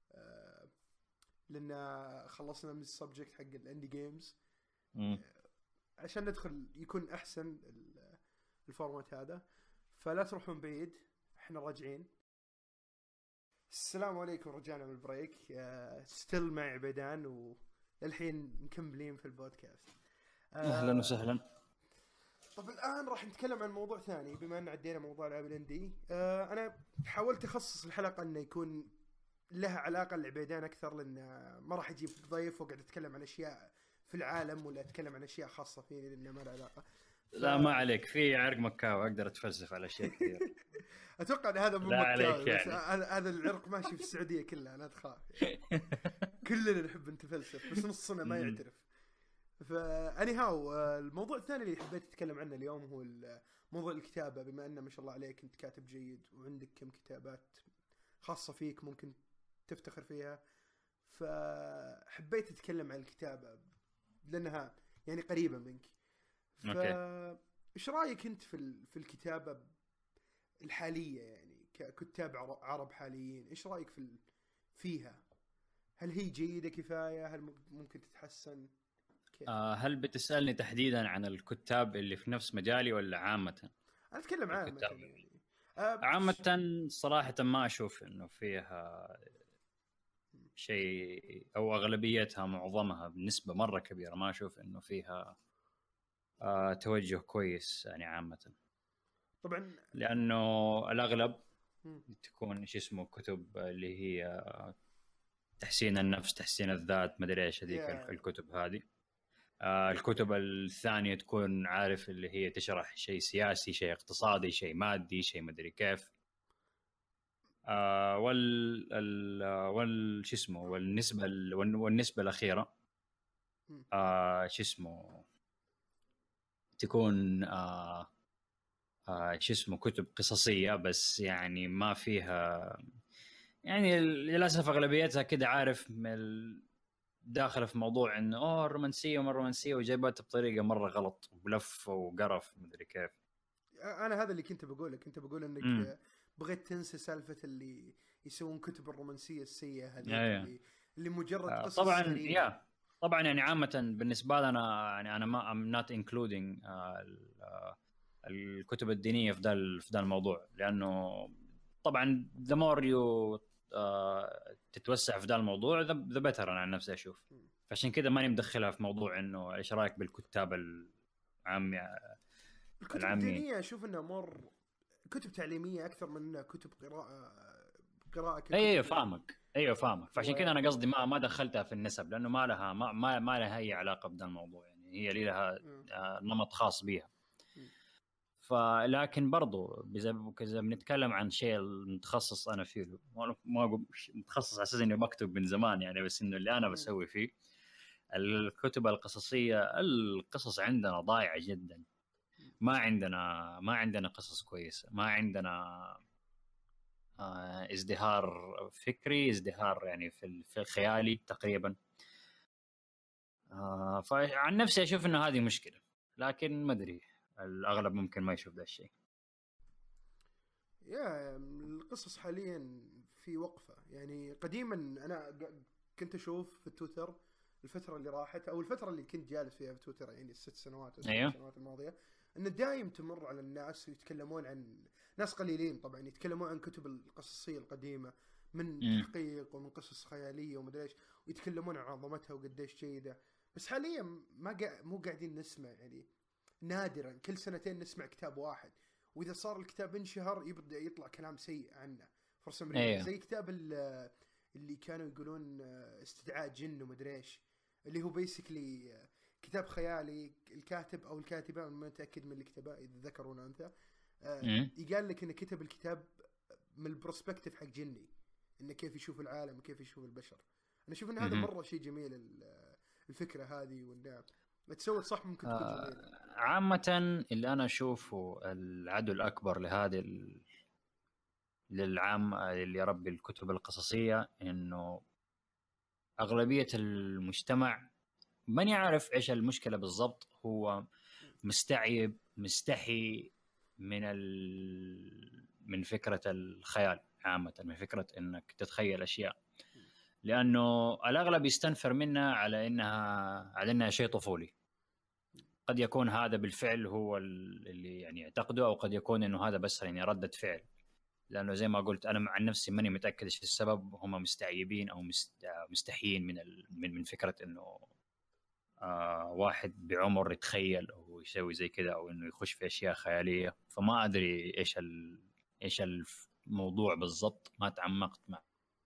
لأن خلصنا من السبجكت حق الاندي جيمز عشان ندخل يكون أحسن الفورمات هذا. فلا تروحون بعيد، احنا راجعين. السلام عليكم، رجعنا من البريك. ستيل معي عبيدان وللحين مكملين في البودكاست. أهلا وسهلا. طب الآن راح نتكلم عن موضوع ثاني بما أن عدينا موضوع العاب الاندي. أنا حاولت أخصص الحلقة أنه يكون لها علاقة العبيدان أكثر، لأن ما راح أجيب ضيف وقاعد أتكلم عن أشياء في العالم ولا أتكلم عن أشياء خاصة فيني لأنه ما له علاقة. لا ما عليك، في عرق مكاو أقدر أتفلسف على أشياء كثير. أتوقع أن هذا مو مكاو يعني. هذا العرق ماشي في السعودية كلها، لا تخاف يعني. كلنا نحب نتفلسف بس نصنا ما يعترف. فأني هاو الموضوع الثاني اللي حبيت أتكلم عنه اليوم هو موضوع الكتابة. بما أن ما شاء الله عليك أنت كاتب جيد وعندك كم كتابات خاصة فيك ممكن تفتخر فيها، فحبيت أتكلم عن الكتابة لأنها يعني قريبة منك. إيش رأيك أنت في الكتابة الحالية، يعني ككتاب عرب حاليين؟ إيش رأيك فيها؟ هل هي جيدة كفاية؟ هل ممكن تتحسن؟ هل بتسألني تحديدا عن الكتاب اللي في نفس مجالي ولا عامة؟ أنا أتكلم عامة يعني. عامة صراحة ما أشوف إنه فيها شيء، أو أغلبيتها معظمها بنسبة مرة كبيرة ما أشوف إنه فيها توجه كويس يعني عامة. طبعا لأنه الأغلب تكون إيش اسمه كتب اللي هي تحسين النفس، تحسين الذات، مدري إيش هذيك الكتب هذه. الكتب الثانية تكون عارف اللي هي تشرح شيء سياسي، شيء اقتصادي، شيء مادي، شيء مدري كيف. شو اسمه والنسبة الأخيرة شو اسمه تكون شو اسمه كتب قصصية بس يعني ما فيها، يعني للأسف أغلبيتها كده عارف داخل في موضوع إنه الرومانسية وما الرومانسية وجايبتها بطريقة مرة غلط وبلف وقرف مدري كيف. أنا هذا اللي كنت بقول إنك بغيت تنسى سالفة اللي يسوون كتب الرومانسية السيئة هذه اللي مجرد قصص طبعا طبعا يعني عامة بالنسبة لنا يعني أنا ما I'm not including الكتب الدينية في ذا الموضوع، لأنه طبعا the more you تتوسع في ذا الموضوع the better أنا عن نفسي أشوف. فعشان كذا ماني مدخلها في موضوع إنه إيش رأيك بالكتاب العامية. الكتب الدينية أشوف إنها كتب تعليمية أكثر من إنها كتب قراءة. أيوة فاهمك. فعشان كذا أنا قصدي ما دخلتها في النسب، لأنه ما لها أي علاقة بهذا الموضوع، يعني هي لها نمط خاص بيها. فلكن برضو إذا بنتكلم عن شيء متخصص أنا فيه، ما أقول متخصص على أساس إني بكتب من زمان يعني، بس إنه اللي أنا بسوي فيه الكتب القصصية. القصص عندنا ضايعة جدا، ما عندنا قصص كويسه، ما عندنا ازدهار فكري، ازدهار يعني في الخيالي تقريبا. فعن نفسي اشوف انه هذه مشكله، لكن ما ادري الاغلب ممكن ما يشوف ذا الشيء. يا القصص حاليا في وقفة. يعني قديما أنا كنت أشوف في تويتر الفترة اللي راحت أو الفترة اللي كنت جالس فيها في تويتر، يعني الست سنوات أو السبع ايوه. سنوات الماضية، أن دايم تمر على الناس يتكلمون عن ناس قليلين طبعا يتكلمون عن كتب القصصية القديمة من تحقيق ومن قصص خيالية ومدري ايش، ويتكلمون عن عظمتها وقديش جيدة. بس حاليا مو قاعدين نسمع، يعني نادرا كل سنتين نسمع كتاب واحد، واذا صار الكتاب انشهر يبدا يطلع كلام سيء عنه فرصة ايوه. زي كتاب اللي كانوا يقولون استدعاء جن ومدري ايش، اللي هو بيسكلي كتاب خيالي. الكاتب او الكاتبه ما متاكد من اللي كتبه اذا ذكر ولا انثى، يقال لك انه كتب الكتاب من البروسبكتيف حق جني، انه كيف يشوف العالم وكيف يشوف البشر. انا اشوف ان هذا مره شيء جميل الفكره هذه، وانها تسوي صح ممكن تكون جميله. عامة اللي أنا أشوفه العدو الأكبر للعام اللي يربي الكتب القصصية، إنه أغلبية المجتمع ماني عارف إيش المشكلة بالضبط. هو مستحي من فكرة الخيال عامة، من فكرة إنك تتخيل أشياء، لأنه الأغلب يستنفر منها على إنها شيء طفولي. قد يكون هذا بالفعل هو اللي يعني يعتقده، أو قد يكون إنه هذا بس يعني ردة فعل. لأنه زي ما قلت أنا عن نفسي ماني متأكد إيش السبب. هم مستعيبين أو مستحيين من فكرة إنه واحد بعمر يتخيل أو يسوي زي كذا، أو إنه يخش في أشياء خيالية. فما أدري إيش الموضوع بالضبط، ما تعمقت مع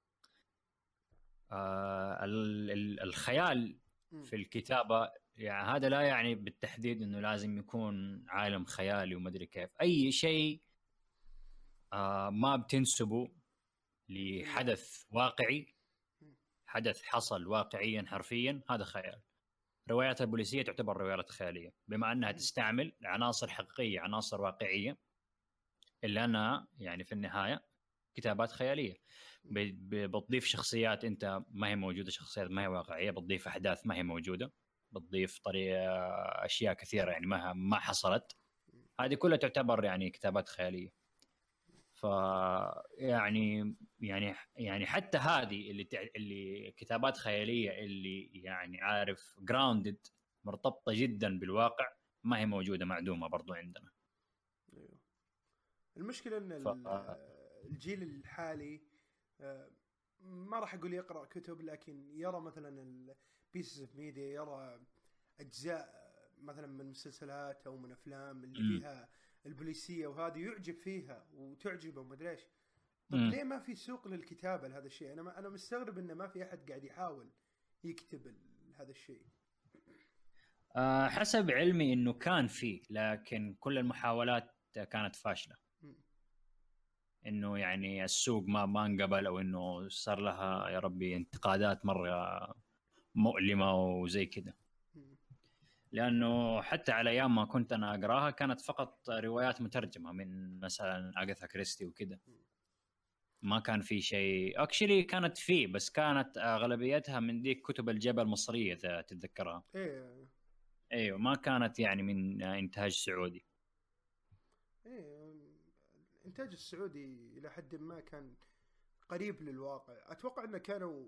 الخيال في الكتابة. يعني هذا لا يعني بالتحديد إنه لازم يكون عالم خيالي وما أدري كيف. أي شيء ما بتنسبه لحدث واقعي، حدث حصل واقعيا حرفيا، هذا خيال. روايات البوليسية تعتبر روايات خيالية بما أنها تستعمل عناصر حقيقية، عناصر واقعية، إلا أنها يعني في النهاية كتابات خيالية. بتضيف شخصيات أنت ما هي موجودة، شخصيات ما هي واقعية، بتضيف أحداث ما هي موجودة، بتضيف طريقة أشياء كثيرة يعني ما حصلت. هذه كلها تعتبر يعني كتابات خيالية. ف يعني حتى هذه اللي كتابات خيالية اللي يعني عارف جراوندد، مرتبطة جدا بالواقع، ما هي موجودة، معدومة برضو عندنا. المشكلة ان الجيل الحالي ما راح اقول يقرأ كتب، لكن يرى مثلا البيسز اوف ميديا، يرى اجزاء مثلا من مسلسلات او من افلام اللي فيها البوليسية وهذه يعجب فيها وتعجبه وما ادري ايش. طب ليه ما في سوق للكتابة لهذا الشيء؟ انا مستغرب انه ما في احد قاعد يحاول يكتب هذا الشيء. حسب علمي انه كان فيه، لكن كل المحاولات كانت فاشلة. انه يعني السوق ما انقبل، او انه صار لها يا ربي انتقادات مرة مؤلمة وزي كده. لانه حتى على ايام ما كنت انا اقراها كانت فقط روايات مترجمة من مثلا اغاثا كريستي وكده. ما كان في شيء اكشلي، كانت فيه بس كانت اغلبيتها من ذيك كتب الجبل المصرية اذا تتذكرها. ايوه ما كانت يعني من انتاج سعودي. الانتاج السعودي الى حد ما كان قريب للواقع. اتوقع انه كانوا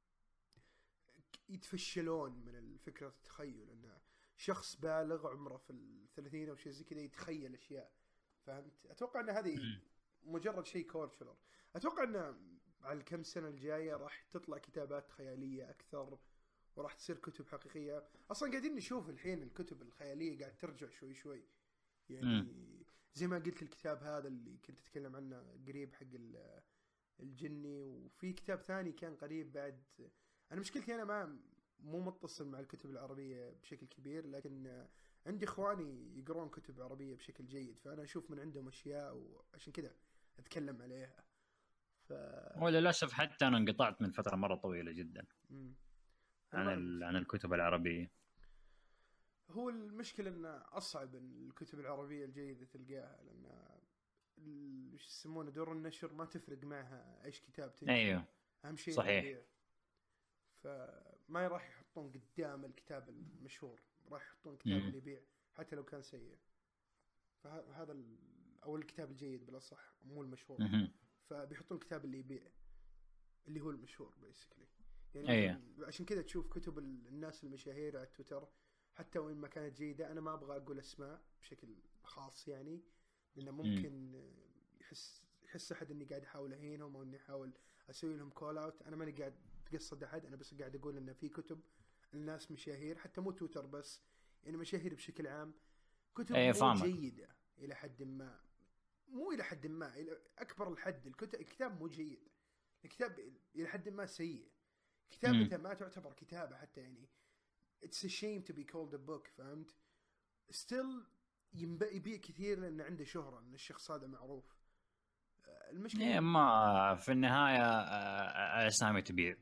يتفشلون من الفكرة التخيل، انه شخص بالغ عمره في 30 او شيء زي كذا يتخيل اشياء. فهمت؟ اتوقع ان هذه مجرد شيء كولتشرال. اتوقع ان على الكم سنة الجاية راح تطلع كتابات خيالية اكثر، وراح تصير كتب حقيقية. اصلا قاعدين نشوف الحين الكتب الخيالية قاعد ترجع شوي شوي. يعني زي ما قلت الكتاب هذا اللي كنت اتكلم عنه قريب حق الجني، وفي كتاب ثاني كان قريب بعد. انا مشكلتي انا مو متصل مع الكتب العربية بشكل كبير، لكن عندي اخواني يقرون كتب عربية بشكل جيد، فانا اشوف من عندهم اشياء وعشان كذا اتكلم عليها. وللاسف حتى انا انقطعت من فترة مرة طويلة جدا عن الكتب العربية. هو المشكلة إنه أصعب الكتب العربية الجيدة تلقاها، لأن وش يسمونه دور النشر ما تفرق معها إيش كتاب تنشر. ايوه أهم شيء إنه صحيح. يبيع. فما راح يحطون قدام الكتاب المشهور، راح يحطون الكتاب اللي يبيع حتى لو كان سيء. فهذا أو الكتاب الجيد بالأصح مو المشهور. فبيحطون الكتاب اللي يبيع اللي هو المشهور بيسكلي يعني. أيه. عشان كذا تشوف كتب الناس المشاهير على تويتر حتى وإن ما كانت جيدة، أنا ما أبغى أقول أسماء بشكل خاص يعني، لأنه ممكن يحس أحد إني قاعد أحاول أهينهم أو إني أحاول أسوي لهم كول أوت. أنا ماني قاعد أقصد أحد، أنا بس قاعد أقول إن في كتب الناس مشاهير حتى مو تويتر بس يعني مشاهير بشكل عام كتب مو جيدة إلى حد ما، مو إلى حد ما، إلى أكبر الحد الكتاب مو جيد، الكتاب إلى حد ما سيء، كتابته ما تعتبر كتابة حتى يعني. It's a shame to be called a book. فهمت؟ still يبيع كثير لأنه عنده شهرة، إن الشخص هذا معروف. المشكلة ما في النهاية الأسامي تبيع.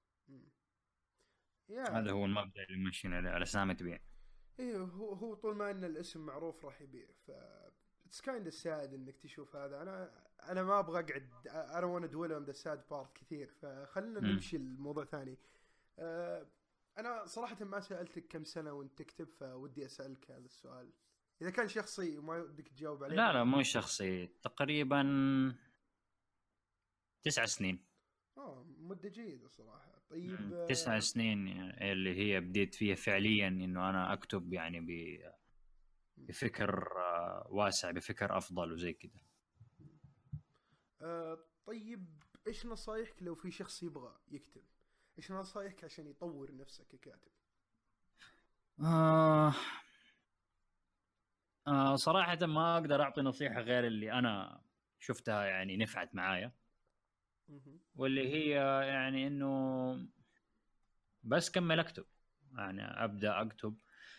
هذا هو المبدأ اللي ماشيين عليه، الأسامي تبيع. إيه هو طول ما إن الاسم معروف راح يبيع. it's kind of sad إنك تشوف هذا. أنا ما أبغى أقعد I don't want to dwell on the sad part كثير، فخلنا نمشي الموضوع ثاني. أنا صراحة ما سألتك كم سنة وأنت تكتب، فودي أسألك هذا السؤال إذا كان شخصي وما ودك تجاوب عليه. لا مو شخصي، تقريبا 9 سنين. مدة جيدة صراحة. طيب 9 سنين اللي هي بديت فيها فعليا إنه أنا أكتب يعني بفكر واسع، بفكر أفضل وزي كده. طيب إيش نصايحك لو في شخص يبغى يكتب؟ إيش نصايحك عشان يطور نفسه ككاتب؟ صراحة ما أقدر أعطي نصيحة غير اللي أنا شفتها يعني نفعت معايا، واللي هي يعني إنه بس كمل أكتب، يعني أبدأ أكتب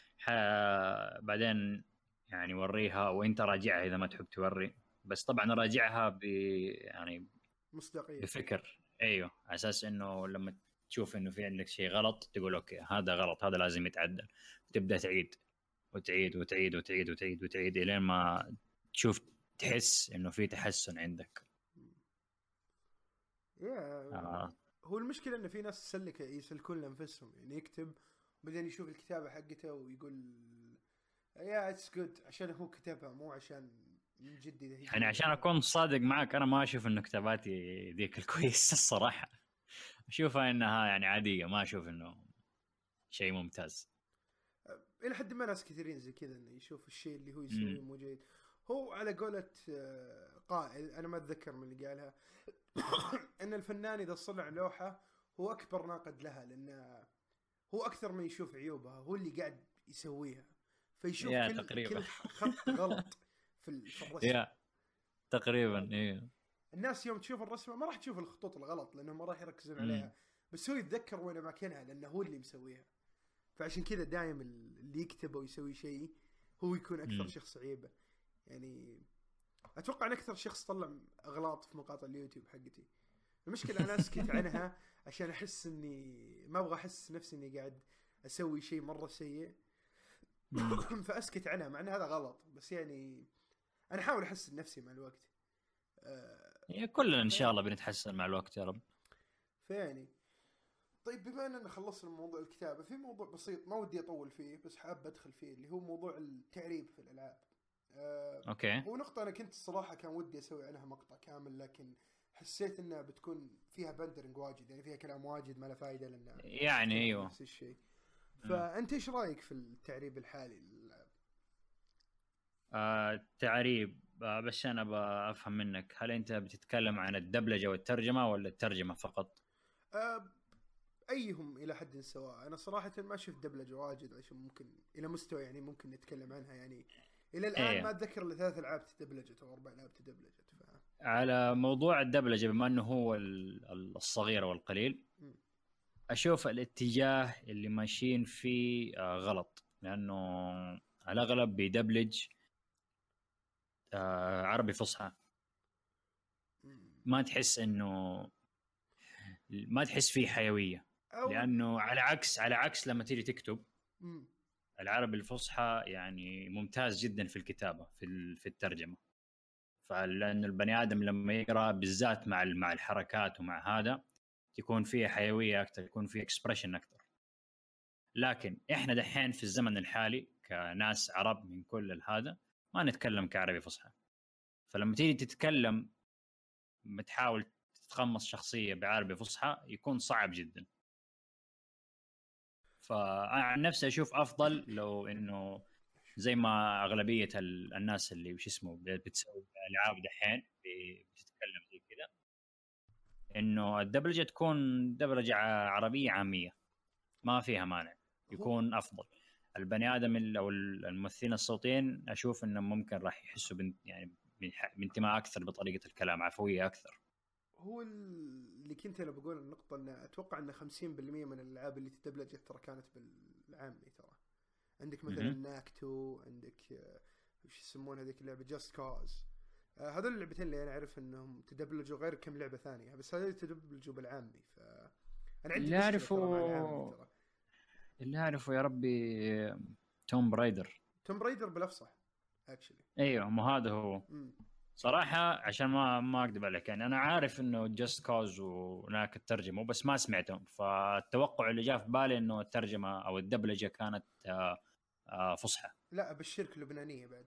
بعدين يعني وريها وإنت راجعها إذا ما تحب توري، بس طبعا راجعها يعني مصداقية بفكر. أيوه، على أساس إنه لما تشوف إنه في عندك شيء غلط تقول أوكي هذا غلط، هذا لازم يتعدل، وتبدأ تعيد وتعيد وتعيد وتعيد وتعيد وتعيد إلين ما تشوف تحس إنه في تحسن عندك. هو المشكلة إن في ناس يسلكون لأنفسهم يعني، يكتب بعدين يشوف الكتابة حقته ويقول it's good عشان هو كتبها مو عشان من جد. يعني عشان أكون صادق معك، أنا ما أشوف إنه كتاباتي ذيك الكويس الصراحة، أشوفها إنها يعني عادية، ما أشوف إنه شيء ممتاز. إلى حد ما ناس كثيرين زي كذا إنه يشوف الشيء اللي هو يسويه مو جيد. هو على قولة قائل أنا ما أتذكر من اللي قالها إن الفنان إذا صنع لوحة هو أكبر ناقد لها، لأنه هو أكثر من يشوف عيوبها، هو اللي قاعد يسويها، فيشوف كل خط غلط في الرسم. تقريبا إيه. الناس يوم تشوف الرسمة ما راح تشوف الخطوط الغلط لأنه ما راح يركزون عليها، بس هو يتذكر وين أماكنها لأنه هو اللي مسويها. فعشان كذا دائما اللي يكتب أو يسوي شيء هو يكون أكثر شخص عيبة يعني. أتوقع أن أكثر شخص طلع أغلاط في مقاطع اليوتيوب حقتي. المشكلة أنا أسكت عنها عشان أحس إني ما أبغى أحس نفسي إني قاعد أسوي شيء مرة سيء فأسكت عنها، مع أن هذا غلط، بس يعني أنا أحاول أحسن نفسي مع الوقت. كلنا إن شاء الله بنتحسن مع الوقت يا رب. فيعني طيب بما أننا خلصنا موضوع الكتابة، في موضوع بسيط ما ودي أطول فيه بس حاب أدخل فيه، اللي هو موضوع التعريب في الألعاب. أوكي. هو نقطة أنا كنت الصراحة كان ودي أسوي عنها مقطع كامل، لكن حسيت إنها بتكون فيها بندرنج واجد، يعني فيها كلام واجد ما له فايدة لأنه يعني أيوه نفس الشيء. فأنت إيش رأيك في التعريب الحالي للألعاب؟ التعريب بس أنا بفهم منك، هل أنت بتتكلم عن الدبلجة والترجمة ولا الترجمة فقط؟ أيهم إلى حد سواء. أنا صراحة ما شفت دبلجة واجد عشان ممكن إلى مستوى يعني ممكن نتكلم عنها يعني. إلى الآن ما أتذكر إلا 3 ألعاب تدبلجت أو 4 ألعاب تدبلجت. على موضوع الدبلجة بما أنه هو الصغير والقليل، أشوف الاتجاه اللي ماشيين فيه غلط، لأنه على الأغلب بيدبلج عربي فصحى، ما تحس إنه ما تحس فيه حيوية، لأنه على عكس لما تيجي تكتب العربي الفصحى يعني ممتاز جدا في الكتابه في الترجمه. فلأن البني ادم لما يقرا بالذات مع الحركات ومع هذا تكون فيه حيويه اكثر، يكون فيه اكسبريشن اكثر. لكن احنا دحين في الزمن الحالي كناس عرب من كل هذا ما نتكلم كعربي فصحى. فلما تيجي تتكلم بتحاول تتقمص شخصيه بعربي فصحى يكون صعب جدا. فانا عن نفسي اشوف افضل لو انه زي ما اغلبيه الناس اللي وش اسمه بتسوي العاب دحين بتتكلم زي كذا، انه الدبلجه تكون دبلجه عربيه عاميه ما فيها مانع، يكون افضل. البني ادم او الممثلين الصوتيين اشوف انه ممكن راح يحسوا يعني بانتماء اكثر بطريقه الكلام، عفويه اكثر. هو اللي كنت انا بقول النقطه ان اتوقع ان 50% من الالعاب اللي تدبلجت ترى كانت بالعامي. ترى عندك مثلا ناكتو، عندك وش يسمون هذيك اللعبه جاست كاز. هذول اللعبتين اللي انا اعرف انهم تدبلجوا، غير كم لعبه ثانيه بس هذول تدبلجوا بالعامي. فانا عندي مشكله مع العامي ترى. اللي اعرفه يا ربي توم برايدر بالافصح اكشلي. ايوه مو هذا هو. صراحه عشان ما اكذب عليك يعني انا عارف انه جاست كوز وهناك الترجمه بس ما سمعتهم، فالتوقع اللي جاء في بالي انه الترجمه او الدبلجه كانت فصحى. لا بالشركه اللبنانيه بعد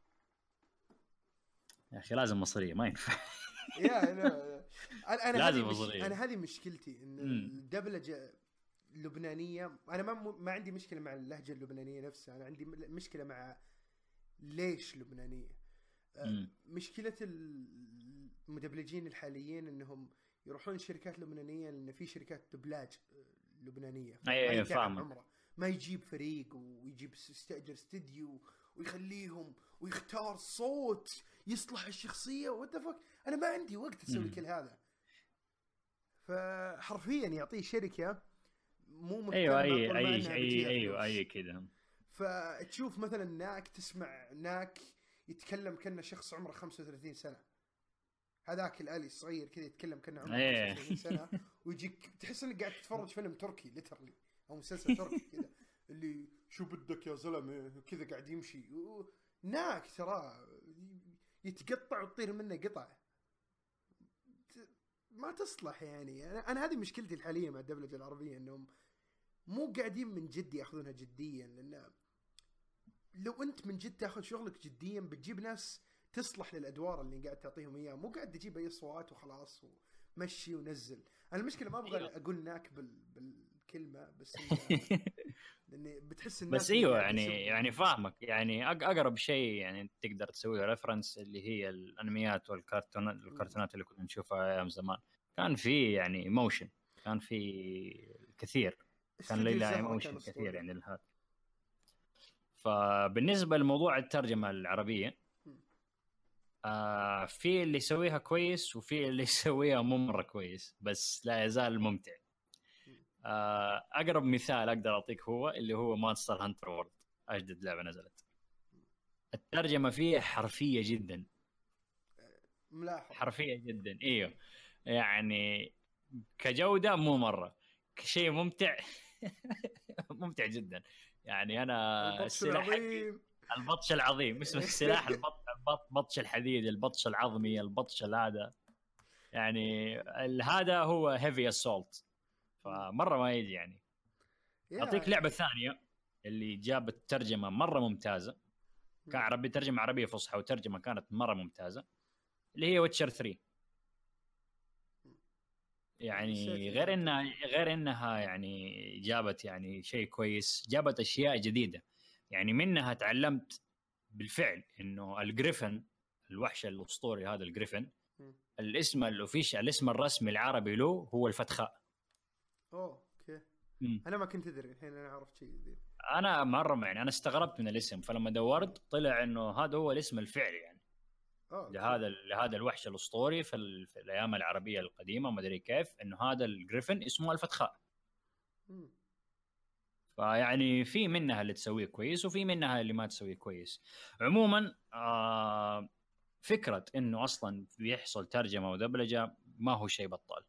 يا اخي لازم مصريه ما ينفع. يا انا لازم مصريه. انا هذه مشكلتي ان الدبلجه اللبنانيه. انا ما عندي مشكله مع اللهجه اللبنانيه نفسها، انا عندي مشكله مع ليش لبنانيه. مشكله المدبلجين الحاليين انهم يروحون شركات لبنانيه، لان في شركات دبلاج لبنانيه اي فاهم، ما يجيب فريق ويجيب يستاجر استديو ويخليهم ويختار صوت يصلح الشخصيه واتفق. انا ما عندي وقت اسوي كل هذا. فحرفيا يعطيه شركه مو ايوه اي كذا. فتشوف مثلا ناك، تسمع ناك يتكلم كأنه شخص عمره 35 سنة. هذاك الآلي الصغير كذا يتكلم كأنه عمره 35 سنة ويجيك تحس انك قاعد تتفرج فيلم تركي ليترلي او مسلسل تركي كذا اللي شو بدك يا زلمه كذا قاعد يمشي. ناك ترى يتقطع وتطير منه قطع ما تصلح. يعني انا هذه مشكلتي الحاليه مع الدبلجه العربيه، انهم مو قاعدين من جد ياخذونها جديا. لان لو انت من جد تاخذ شغلك جديا بتجيب ناس تصلح للادوار اللي قاعد تعطيهم اياها، مو قاعد تجيب اي اصوات وخلاص ومشي ونزل. انا المشكله ما ابغى اقول ناك بالكلمه بس لاني بتحس الناس بس ايوه يعني فاهمك. يعني اقرب شيء يعني تقدر تسوي ريفرنس اللي هي الانميات والكرتونات اللي كنا نشوفها ايام زمان. كان في يعني ايموشن، كان في كثير، كان ليلى ايموشن كثير يعني الهات. فبالنسبه لموضوع الترجمه العربيه في اللي يسويها كويس وفي اللي يسويها مو مره كويس بس لا يزال ممتع. اقرب مثال اقدر اعطيك هو اللي هو مونستر هانتر وورلد، اجدد لعبه نزلت. الترجمه فيه حرفيه جدا، ملاحظ حرفيه جدا. ايوه يعني كجوده مو مره، كشيء ممتع. ممتع جدا. يعني انا السلاح البطش العظيم اسمه السلاح البطش الحديد، البطش العظمي، البطش هذا يعني هذا هو هيفي اسولت. فمره ما يجي يعني. اعطيك لعبه ثانيه اللي جابت ترجمه مره ممتازه كعربي، ترجمه عربيه فصحى وترجمه كانت مره ممتازه، اللي هي ويتشر 3. يعني غير انها يعني جابت يعني شيء كويس، جابت اشياء جديده. يعني منها تعلمت بالفعل انه الجريفن، الوحش الاسطوري هذا الجريفن، الاسم الاوفيشال، الاسم الرسمي العربي له هو الفتخاء. اوكي. انا ما كنت ادري، الحين انا عرفت شيء جديد. انا مره يعني انا استغربت من الاسم، فلما دورت طلع انه هذا هو الاسم الفعلي يعني لهذا الوحش الاسطوري في الايام العربيه القديمه، ما ادري كيف انه هذا الجريفن اسمه الفتخاء. فيعني في منها اللي تسويه كويس وفي منها اللي ما تسويه كويس. عموما فكره انه اصلا بيحصل ترجمه ودبلجه ما هو شيء بطال.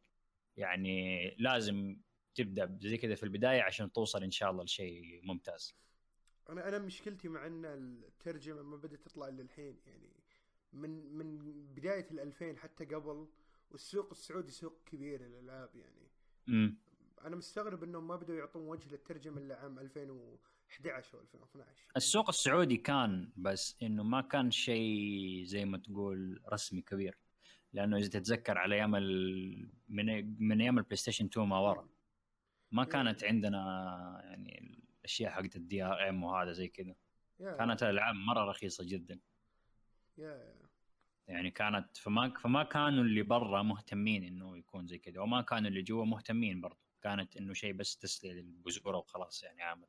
يعني لازم تبدا زي كذا في البدايه عشان توصل ان شاء الله لشيء ممتاز. انا مشكلتي مع ان الترجمه ما بدات تطلع الا الحين يعني، من بدايه ال2000 حتى قبل. والسوق السعودي سوق كبير للالعاب يعني. امم انا مستغرب انهم ما بدوا يعطون وجه للترجمه الا عام 2011 او 2012. السوق السعودي كان، بس انه ما كان شيء زي ما تقول رسمي كبير، لانه اذا تتذكر على ايام من ايام البلاي ستيشن 2 ما ورا ما كانت يا عندنا يعني الاشياء حقت الدي ار ام وهذا زي كذا. يا كانت الالعاب مره رخيصه جدا يا يعني. كانت فما كانوا اللي برا مهتمين انه يكون زي كذا، وما كانوا اللي جوا مهتمين برضو. كانت انه شيء بس تسلية للبزوره وخلاص يعني عامه.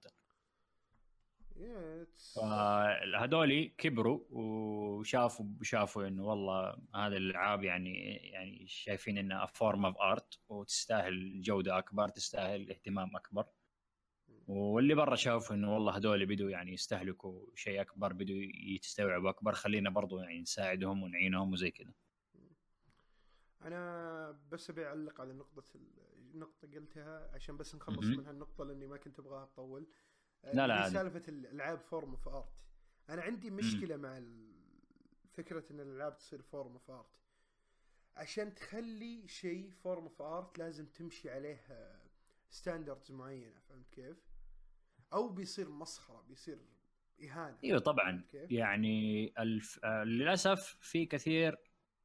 يا هذولي كبروا وشافوا انه والله هذه الالعاب يعني شايفين انها فورم اوف ارت وتستاهل جوده اكبر، تستاهل اهتمام اكبر. واللي برا شافوا انه والله هذول بدوا يعني يستهلكوا شيء اكبر، بدوا يستوعبوا اكبر، خلينا برضو يعني نساعدهم ونعينهم وزي كذا. انا بس ابي اعلق على النقطه قلتها عشان بس نخلص منها النقطه، لاني ما كنت ابغاها تطول. لا اللي هي عادي. سالفه الالعاب فورم اوف ارت. انا عندي مشكله مع فكره ان الالعاب تصير فورم اوف ارت. عشان تخلي شيء فورم اوف ارت لازم تمشي عليه ستاندردز معينه، فهمت كيف؟ او بيصير مسخره، بيصير اهانه. ايوه طبعا. كيف؟ يعني للاسف في كثير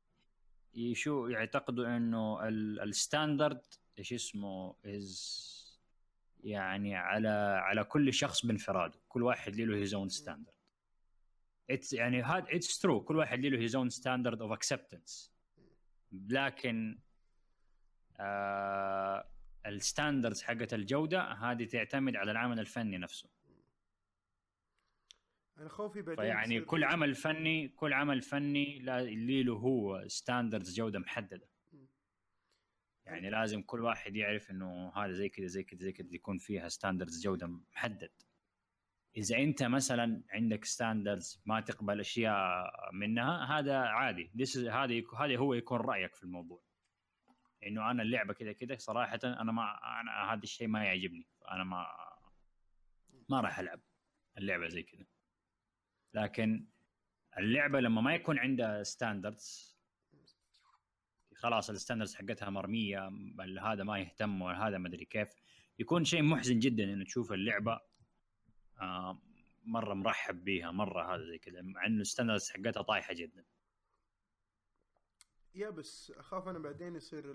يعتقدوا انه الستاندرد ايش اسمه از يعني على كل شخص بانفراده، كل واحد له هيز اون ستاندرد. يعني هذا اتس ترو، كل واحد له هيز اون ستاندرد اوف اكسبتنس. لكن الستاندردز حقت الجوده هذه تعتمد على العمل الفني نفسه. انا خوفي بعدين فيعني كل عمل فني اللي له هو ستاندردز جوده محدده. يعني لازم كل واحد يعرف انه هذا زي كذا زي كذا زي كذا يكون فيها ستاندردز جوده محدد. اذا انت مثلا عندك ستاندردز ما تقبل اشياء منها، هذا عادي. هذا هو يكون رايك في الموضوع، انه انا اللعبه كذا كذا صراحه انا هذا الشيء ما يعجبني، انا ما راح العب اللعبه زي كذا. لكن اللعبه لما ما يكون عندها ستاندردز، خلاص الستاندردز حقتها مرميه، هذا ما يهتم وهذا ما ادري كيف، يكون شيء محزن جدا انه تشوف اللعبه مره مرحب بيها مره هذا زي كذا، مع انه الستاندردز حقتها طايحه جدا. يا بس اخاف انا بعدين يصير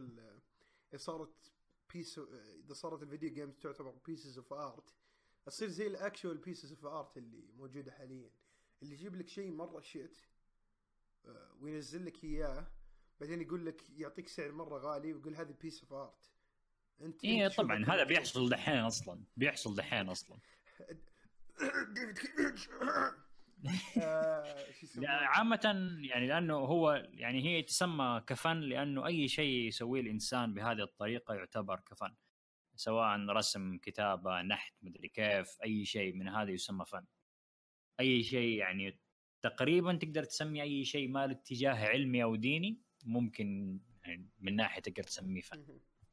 اذا صارت الفيديو جيمز تعتبر بيسز اوف ارت، تصير زي الاكشوال بيسز اوف ارت اللي موجوده حاليا، اللي يجيب لك شيء مره شيت وينزل لك اياه، بعدين يقول لك يعطيك سعر مره غالي ويقول هذه بيس اوف ارت. ايه طبعا هذا بيحصل دحين اصلا ديفيد كيج عامة يعني، لأنه هو يعني هي تسمى كفن، لأنه أي شيء يسويه الإنسان بهذه الطريقة يعتبر كفن، سواء رسم، كتابة، نحت، مدري كيف، أي شيء من هذا يسمى فن. أي شيء يعني تقريبا تقدر تسمي أي شيء ما له اتجاه علمي أو ديني ممكن يعني من ناحية تقدر تسميه فن.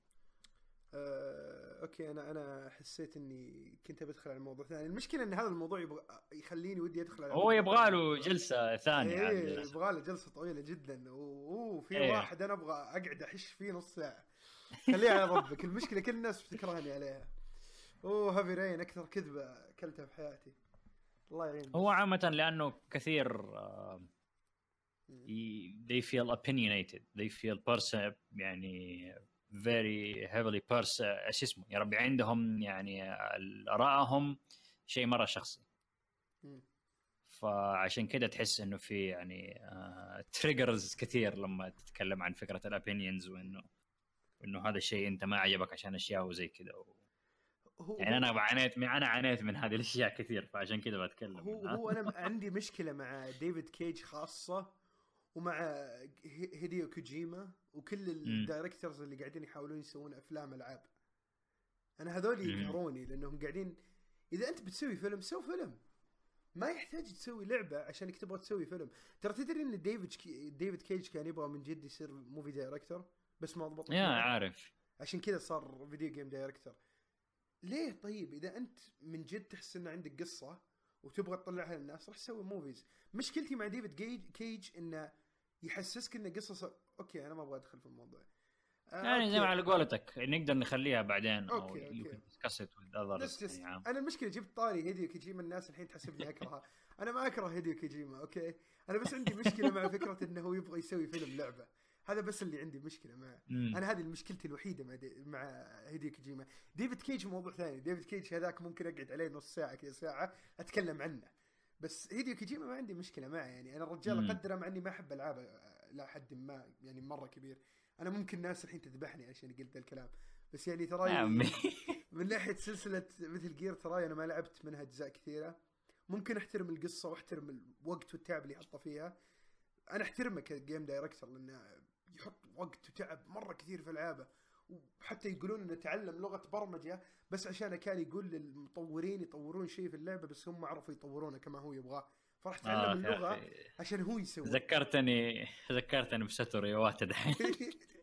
اوكي، انا حسيت اني كنت بدخل على الموضوع ثاني. المشكله ان هذا الموضوع يخليني ودي ادخل على هو يبغى له جلسه ثانيه. يبغى له جلسه طويله جدا. في واحد انا ابغى اقعد احش فيه نص ساعه. خليها على ربك. المشكله كل الناس بتكرهني عليها. هافي رين اكثر كذبه اكلتها في حياتي، الله يعين. هو عامه لانه كثير they feel opinionated, they feel يعني very heavily ايش اسمه يا ربي، عندهم يعني آرائهم شيء مره شخصي. فعشان كده تحس انه في يعني تريجرز كثير لما تتكلم عن فكره الابينيونز، وانه هذا الشيء انت ما عجبك عشان اشياء وزي كذا يعني انا عانيت من هذه الاشياء كثير، فعشان كده بتكلم. هو انا عندي مشكله مع ديفيد كيج خاصه، ومع هيديو كوجيما، وكل الدايركتورز اللي قاعدين يحاولون يسوون افلام العاب. انا هذول يقهروني لانهم قاعدين، اذا انت بتسوي فيلم سوي فيلم، ما يحتاج تسوي لعبه عشانك تبغى تسوي فيلم. ترى تدري ان ديفيد كيج كان يبغى من جد يصير موفي دايركتور بس ما ضبط. عارف، عشان كذا صار فيديو جيم دايركتور. ليه؟ طيب اذا انت من جد تحس ان عندك قصه وتبغى تطلعها للناس راح تسوي موفيز. مشكلتي مع ديفيد كيج انه يحسسك ان قصص اوكي انا ما ابغى ادخل في الموضوع يعني زي ما على قولتك نقدر نخليها بعدين او أوكي. يمكن تكسر الاذرز. يعني انا المشكله جبت طاري هيديو كوجيما، الناس الحين تحسبني اكرهه. انا ما اكره هيديو كوجيما اوكي، انا بس عندي مشكله مع فكره انه هو يبغى يسوي فيلم لعبه، هذا بس اللي عندي مشكله معه. انا هذه مشكلتي الوحيده مع هيديو كوجيما. ديفيد كيج موضوع ثاني، ديفيد كيج هذاك ممكن اقعد عليه نص ساعه كذا ساعه اتكلم عنه، بس هيديو كوجيما ما عندي مشكله معه. يعني انا الرجال اقدره مع اني ما احب العابه لا حد ما يعني مره كبير. انا ممكن الناس الحين تذبحني عشان قلت الكلام، بس يعني ترى من ناحيه سلسله مثل جير ترى انا ما لعبت منها اجزاء كثيره. ممكن احترم القصه واحترم الوقت والتعب اللي يحطه فيها. انا احترمه كجيم دايركتور لانه يحط وقت وتعب مره كثير في العابه، وحتى يقولون انه تعلم لغه برمجه بس عشان كان يقول للمطورين يطورون شيء في اللعبه بس هم ما عرفوا يطورونه كما هو يبغاه، فراح تعلم اللغه عشان هو يسوي. ذكرتني بساتوري واتا دحين.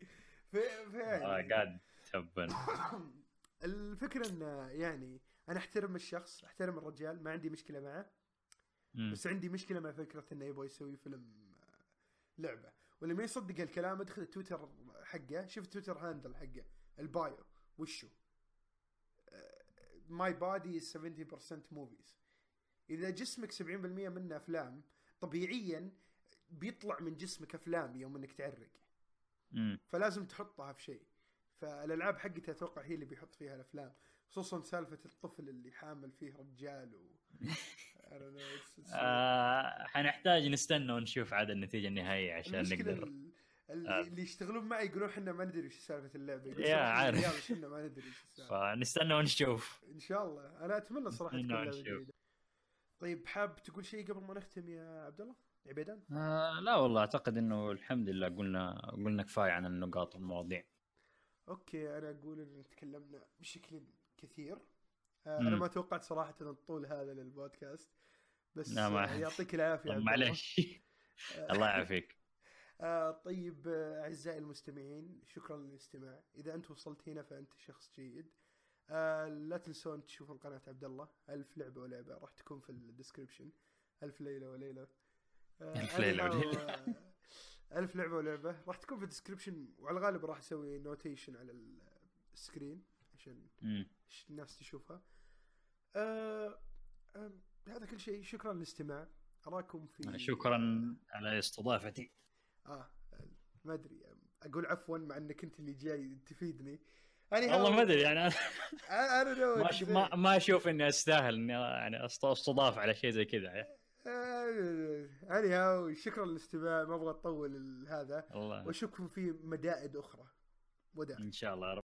قاعد تبن. الفكره انه يعني انا احترم الشخص، احترم الرجال، ما عندي مشكله معه. بس عندي مشكله مع فكره انه يبغى يسوي فيلم لعبه. واللي ما يصدق الكلام ادخل التويتر حقه، شوف التويتر هاندل حقه البايو وشو my body is 70% movies. اذا جسمك 70% منه افلام طبيعيا بيطلع من جسمك افلام يوم انك تعرق. فلازم تحطها في شيء. فالالعاب حقتها اتوقع هي اللي بيحط فيها الافلام، خصوصا سالفه الطفل اللي حامل فيه رجال حنحتاج نستنى ونشوف عاد النتيجه النهائيه عشان نقدر. اللي يشتغلون معي يقولون احنا ما ندري وش سالفه اللعبه، يا عارف احنا ما ندري وش السالفه. فنستنى ونشوف ان شاء الله. انا اتمنى صراحه تكون لعبه جديده. طيب حاب تقول شيء قبل ما نختم يا عبد الله عبيدان؟ لا والله اعتقد انه الحمد لله قلنا كفايه عن النقاط والمواضيع. اوكي انا اقول ان تكلمنا بشكل كثير. انا ما توقعت صراحه ان الطول هذا للبودكاست، بس يعطيك العافيه. معليش. الله يعافيك. طيب اعزائي المستمعين شكرا للاستماع. اذا انت وصلت هنا فانت شخص جيد. لا تنسون تشوفون قناه عبد الله 1000 لعبه ولعبه، راح تكون في الديسكربشن. 1000 ليله وليله 1000 ليله وليله 1000 لعبه ولعبه راح تكون في الديسكربشن، وعلى الغالب راح اسوي نوتيشن على السكرين عشان الناس تشوفها. هذا كل شيء. شكرا للاستماع. اراكم في شكرا على استضافتي. ما ادري اقول عفوا مع انك انت اللي جاي تفيدني. والله ما ادري يعني انا ما اشوف اني استاهل اني يعني استضاف على شيء زي كذا. شكرا للاستماع. ما ابغى اطول هذا، واشوفكم في مدائد اخرى. وداع ان شاء الله.